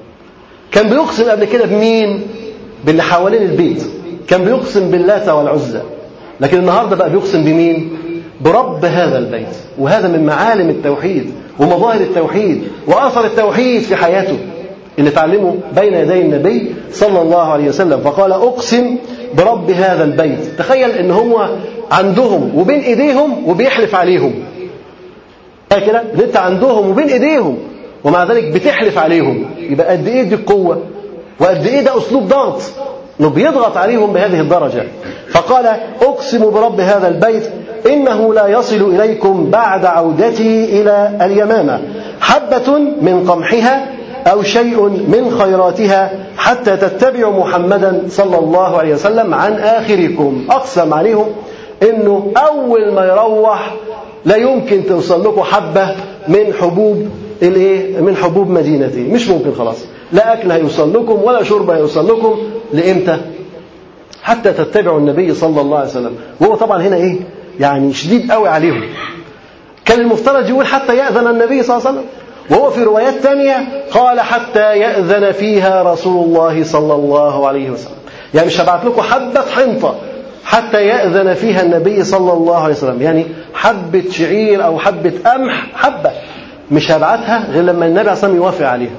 كان بيقسم قبل كده بمين؟ باللي حوالين البيت، كان بيقسم باللات والعزى، لكن النهاردة بقى بيقسم بمين؟ برب هذا البيت. وهذا من معالم التوحيد ومظاهر التوحيد وأثر التوحيد في حياته اللي تعلمه بين يدي النبي صلى الله عليه وسلم. فقال أقسم برب هذا البيت. تخيل ان هو عندهم وبين ايديهم وبيحلف عليهم كده، ان انت عندهم وبين ايديهم ومع ذلك بتحلف عليهم. يبقى قد ايه دي القوة وقد ايه ده اسلوب ضغط، انه بيضغط عليهم بهذه الدرجة. فقال أقسم برب هذا البيت إنه لا يصل إليكم بعد عودتي إلى اليمامة حبة من قمحها أو شيء من خيراتها حتى تتبعوا محمدا صلى الله عليه وسلم عن آخركم. أقسم عليهم إنه أول ما يروح لا يمكن توصل لكم حبة من حبوب مدينتي، مش ممكن خلاص، لا أكل هيوصل لكم ولا شرب هيوصل لكم. لإمتى؟ حتى تتبعوا النبي صلى الله عليه وسلم. وهو طبعا هنا يعني شديد قوي عليهم. كان المفترض يقول حتى يأذن النبي صلى الله عليه وسلم، وهو في روايات تانية قال حتى يأذن فيها رسول الله صلى الله عليه وسلم. يعني مش هبعت لكم حبة حنطة حتى يأذن فيها النبي صلى الله عليه وسلم، يعني حبة شعير أو حبة قمح، حبة مش هبعتها غير لما النبي عليه الصلاة والسلام يوافق عليها.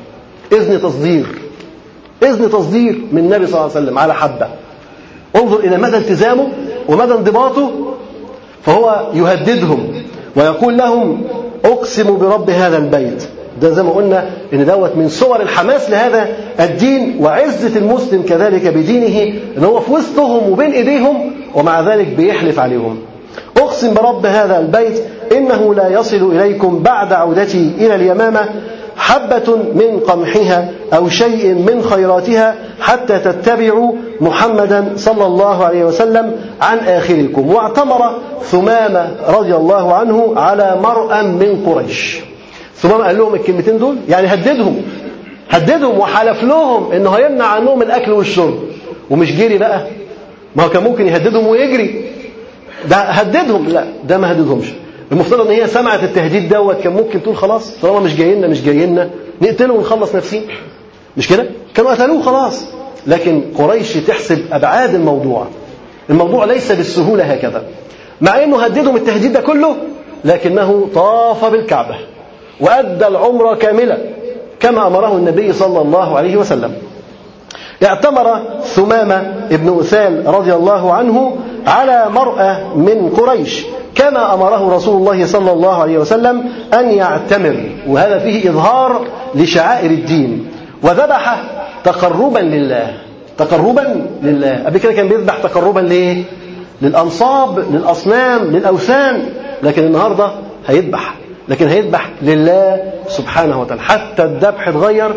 إذن تصدير من النبي صلى الله عليه وسلم على حبة. انظر إلى مدى التزامه ومدى انضباطه. فهو يهددهم ويقول لهم أقسم برب هذا البيت. ده زي ما قلنا إن دوت من صور الحماس لهذا الدين وعزة المسلم كذلك بدينه، إن هو في وسطهم وبين إيديهم ومع ذلك بيحلف عليهم. أقسم برب هذا البيت إنه لا يصل إليكم بعد عودتي إلى اليمامة حبة من قمحها أو شيء من خيراتها حتى تتبعوا محمدا صلى الله عليه وسلم عن آخركم. واعتمر ثمامة رضي الله عنه على مرأى من قريش. ثمامة قال لهم الكلمتين دول، يعني هددهم وحلف لهم إنه هيمنع عنهم الأكل والشرب. ومش جري بقى، ما هو كان ممكن يهددهم ويجري، ده هددهم. لا، ده ما هددهمش. المفترض ان هي سمعت التهديد دوت كان ممكن تقول خلاص طالما مش جايين نقتله ونخلص نفسين، مش كده؟ كانوا قتلوه خلاص. لكن قريش تحسب ابعاد الموضوع ليس بالسهوله هكذا. مع انه هددهم التهديد ده كله لكنه طاف بالكعبه وادى العمره كامله كما امره النبي صلى الله عليه وسلم. اعتمر ثمامة ابن أثال رضي الله عنه على مرأة من قريش كما أمره رسول الله صلى الله عليه وسلم أن يعتمر، وهذا فيه إظهار لشعائر الدين. وذبح تقربا لله. قبل كده كان بيذبح تقربا ليه؟ للأنصاب، للأصنام، للأوثان. لكن النهاردة هيذبح لله سبحانه وتعالى. حتى الذبح اتغير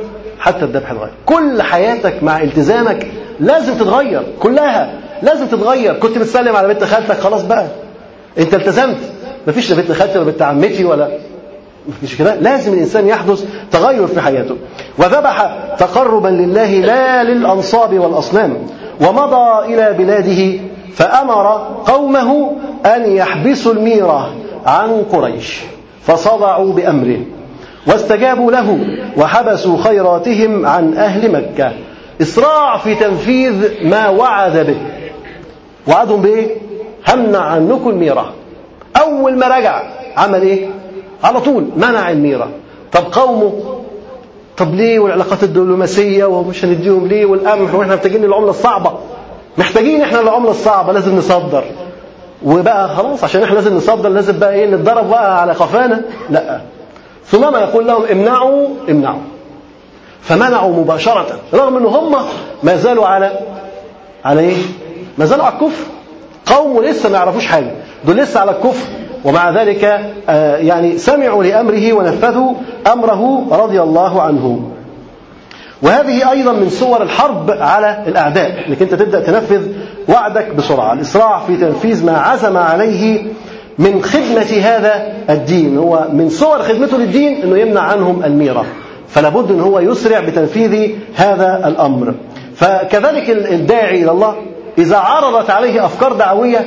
حتى الذبح اتغير. كل حياتك مع التزامك لازم تتغير، كلها لازم تتغير. كنت بتسلم على بنت خالتك، خلاص بقى انت التزمت، مفيش لا بنت خالتي ولا بنت عمتي ولا مفيش كده. لازم الإنسان يحدث تغير في حياته. وذبح تقربا لله لا للأنصاب والأصنام، ومضى إلى بلاده فأمر قومه أن يحبسوا الميرة عن قريش، فصدعوا بأمره واستجابوا له وحبسوا خيراتهم عن أهل مكة. إسراع في تنفيذ ما وعد به. وعدهم بإيه؟ همنع عنكم الميرة. أول ما رجع عمل إيه؟ على طول منع الميرة. طب قومه، طب ليه؟ والعلاقات الدبلوماسية ومش هنديهم ليه؟ والقمح، واحنا محتاجين العملة الصعبة، محتاجين احنا العملة الصعبة، لازم نصدر. وبقى خلاص عشان احنا لازم نصدر، لازم بقى ايه؟ نتضرب بقى على قفانا؟ لا. ثم ما يقول لهم امنعوا امنعوا، فمنعوا مباشرة، رغم ان هم ما زالوا على ايه؟ ما زالوا على الكفر. قومه لسه ما يعرفوش حاجة، دول لسه على الكفر، ومع ذلك يعني سمعوا لأمره ونفذوا أمره رضي الله عنه. وهذه أيضا من صور الحرب على الأعداء، انك انت تبدأ تنفذ وعدك بسرعة. الإسراع في تنفيذ ما عزم عليه من خدمة هذا الدين. هو من صور خدمته للدين أنه يمنع عنهم الميرة، فلا بد أنه هو يسرع بتنفيذ هذا الأمر. فكذلك الداعي إلى الله إذا عرضت عليه أفكار دعوية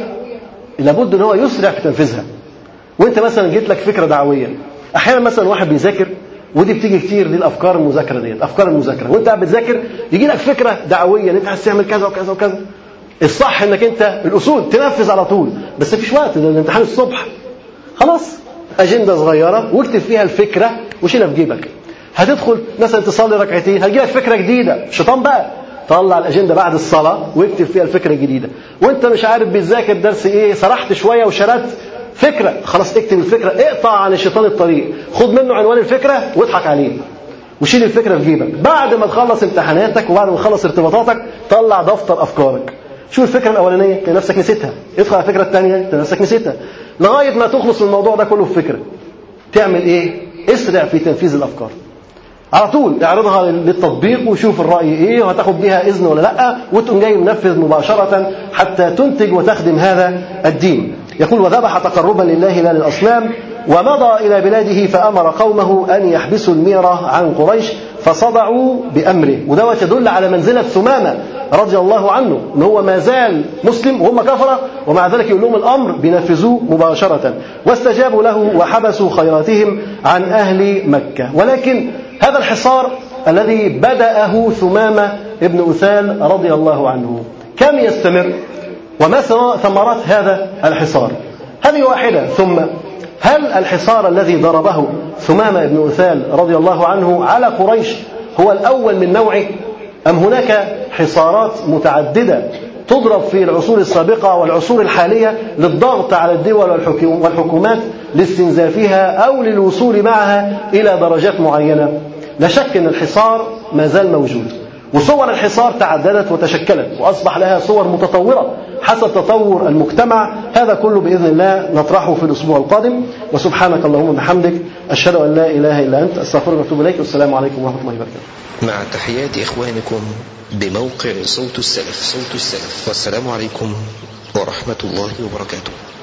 لابد أنه هو يسرع في تنفيذها. وانت مثلا جيت لك فكرة دعوية، أحيانا مثلا واحد بيذاكر، ودي بتيجي كتير، دي الأفكار المذاكرة ديت، أفكار المذاكرة، وانت قاعد بتذاكر يجي لك فكرة دعوية ان انت عايز تعمل كذا وكذا وكذا. الصح انك انت الأصول تنفذ على طول، بس مفيش وقت، ده الامتحان الصبح. خلاص أجندة صغيرة واكتب فيها الفكرة وشيلها في جيبك. هتدخل مثلا تصلي ركعتين، هتجي لك فكرة جديدة، الشيطان بقى طلع الأجندة بعد الصلاة واكتب فيها الفكرة الجديدة. وانت مش عارف بتذاكر درس ايه، سرحت شوية وشردت فكرة، خلاص اكتب الفكرة، اقطع عن الشيطان الطريق، خد منه عنوان الفكرة واضحك عليه وشيل الفكرة في جيبك. بعد ما تخلص امتحاناتك وبعد ما تخلص ارتباطاتك طلع دفتر أفكارك، شوف الفكرة الأولانية تلاقي نفسك نسيتها، ادخل على الفكرة الثانية تلاقي نفسك نسيتها، لغاية ما تخلص من الموضوع ده كله في فكرة. تعمل ايه؟ اسرع في تنفيذ الأفكار على طول، اعرضها للتطبيق وشوف الرأي ايه وهتاخد بيها إذن ولا لا، وتقوم جاي منفذ مباشرة حتى تنتج وتخدم هذا الدين. يقول وذبح تقربا لله لا للأصنام، ومضى إلى بلاده فأمر قومه أن يحبسوا الميرة عن قريش، فصدعوا بأمره. وده يدل على منزلة ثمامة رضي الله عنه، أنه هو ما زال مسلم وهم كفرة، ومع ذلك يقول لهم الأمر بينفذوه مباشرة. واستجابوا له وحبسوا خيراتهم عن أهل مكة. ولكن هذا الحصار الذي بدأه ثمامة ابن أثال رضي الله عنه كم يستمر؟ وما ثمرات هذا الحصار؟ هذه واحدة. ثم هل الحصار الذي ضربه ثمامة ابن أثال رضي الله عنه على قريش هو الأول من نوعه، أم هناك حصارات متعددة تضرب في العصور السابقة والعصور الحالية للضغط على الدول والحكومات لاستنزافها أو للوصول معها إلى درجات معينة؟ لا شك أن الحصار ما زال موجود، وصور الحصار تعددت وتشكلت وأصبح لها صور متطورة حسب تطور المجتمع. هذا كله بإذن الله نطرحه في الأسبوع القادم. وسبحانك اللهم وبحمدك، أشهد أن لا إله إلا أنت، أستغفرك وأتوب إليك، والسلام عليكم ورحمة الله وبركاته.
مع تحيات إخوانكم بموقع صوت السلف. والسلام عليكم ورحمة الله وبركاته.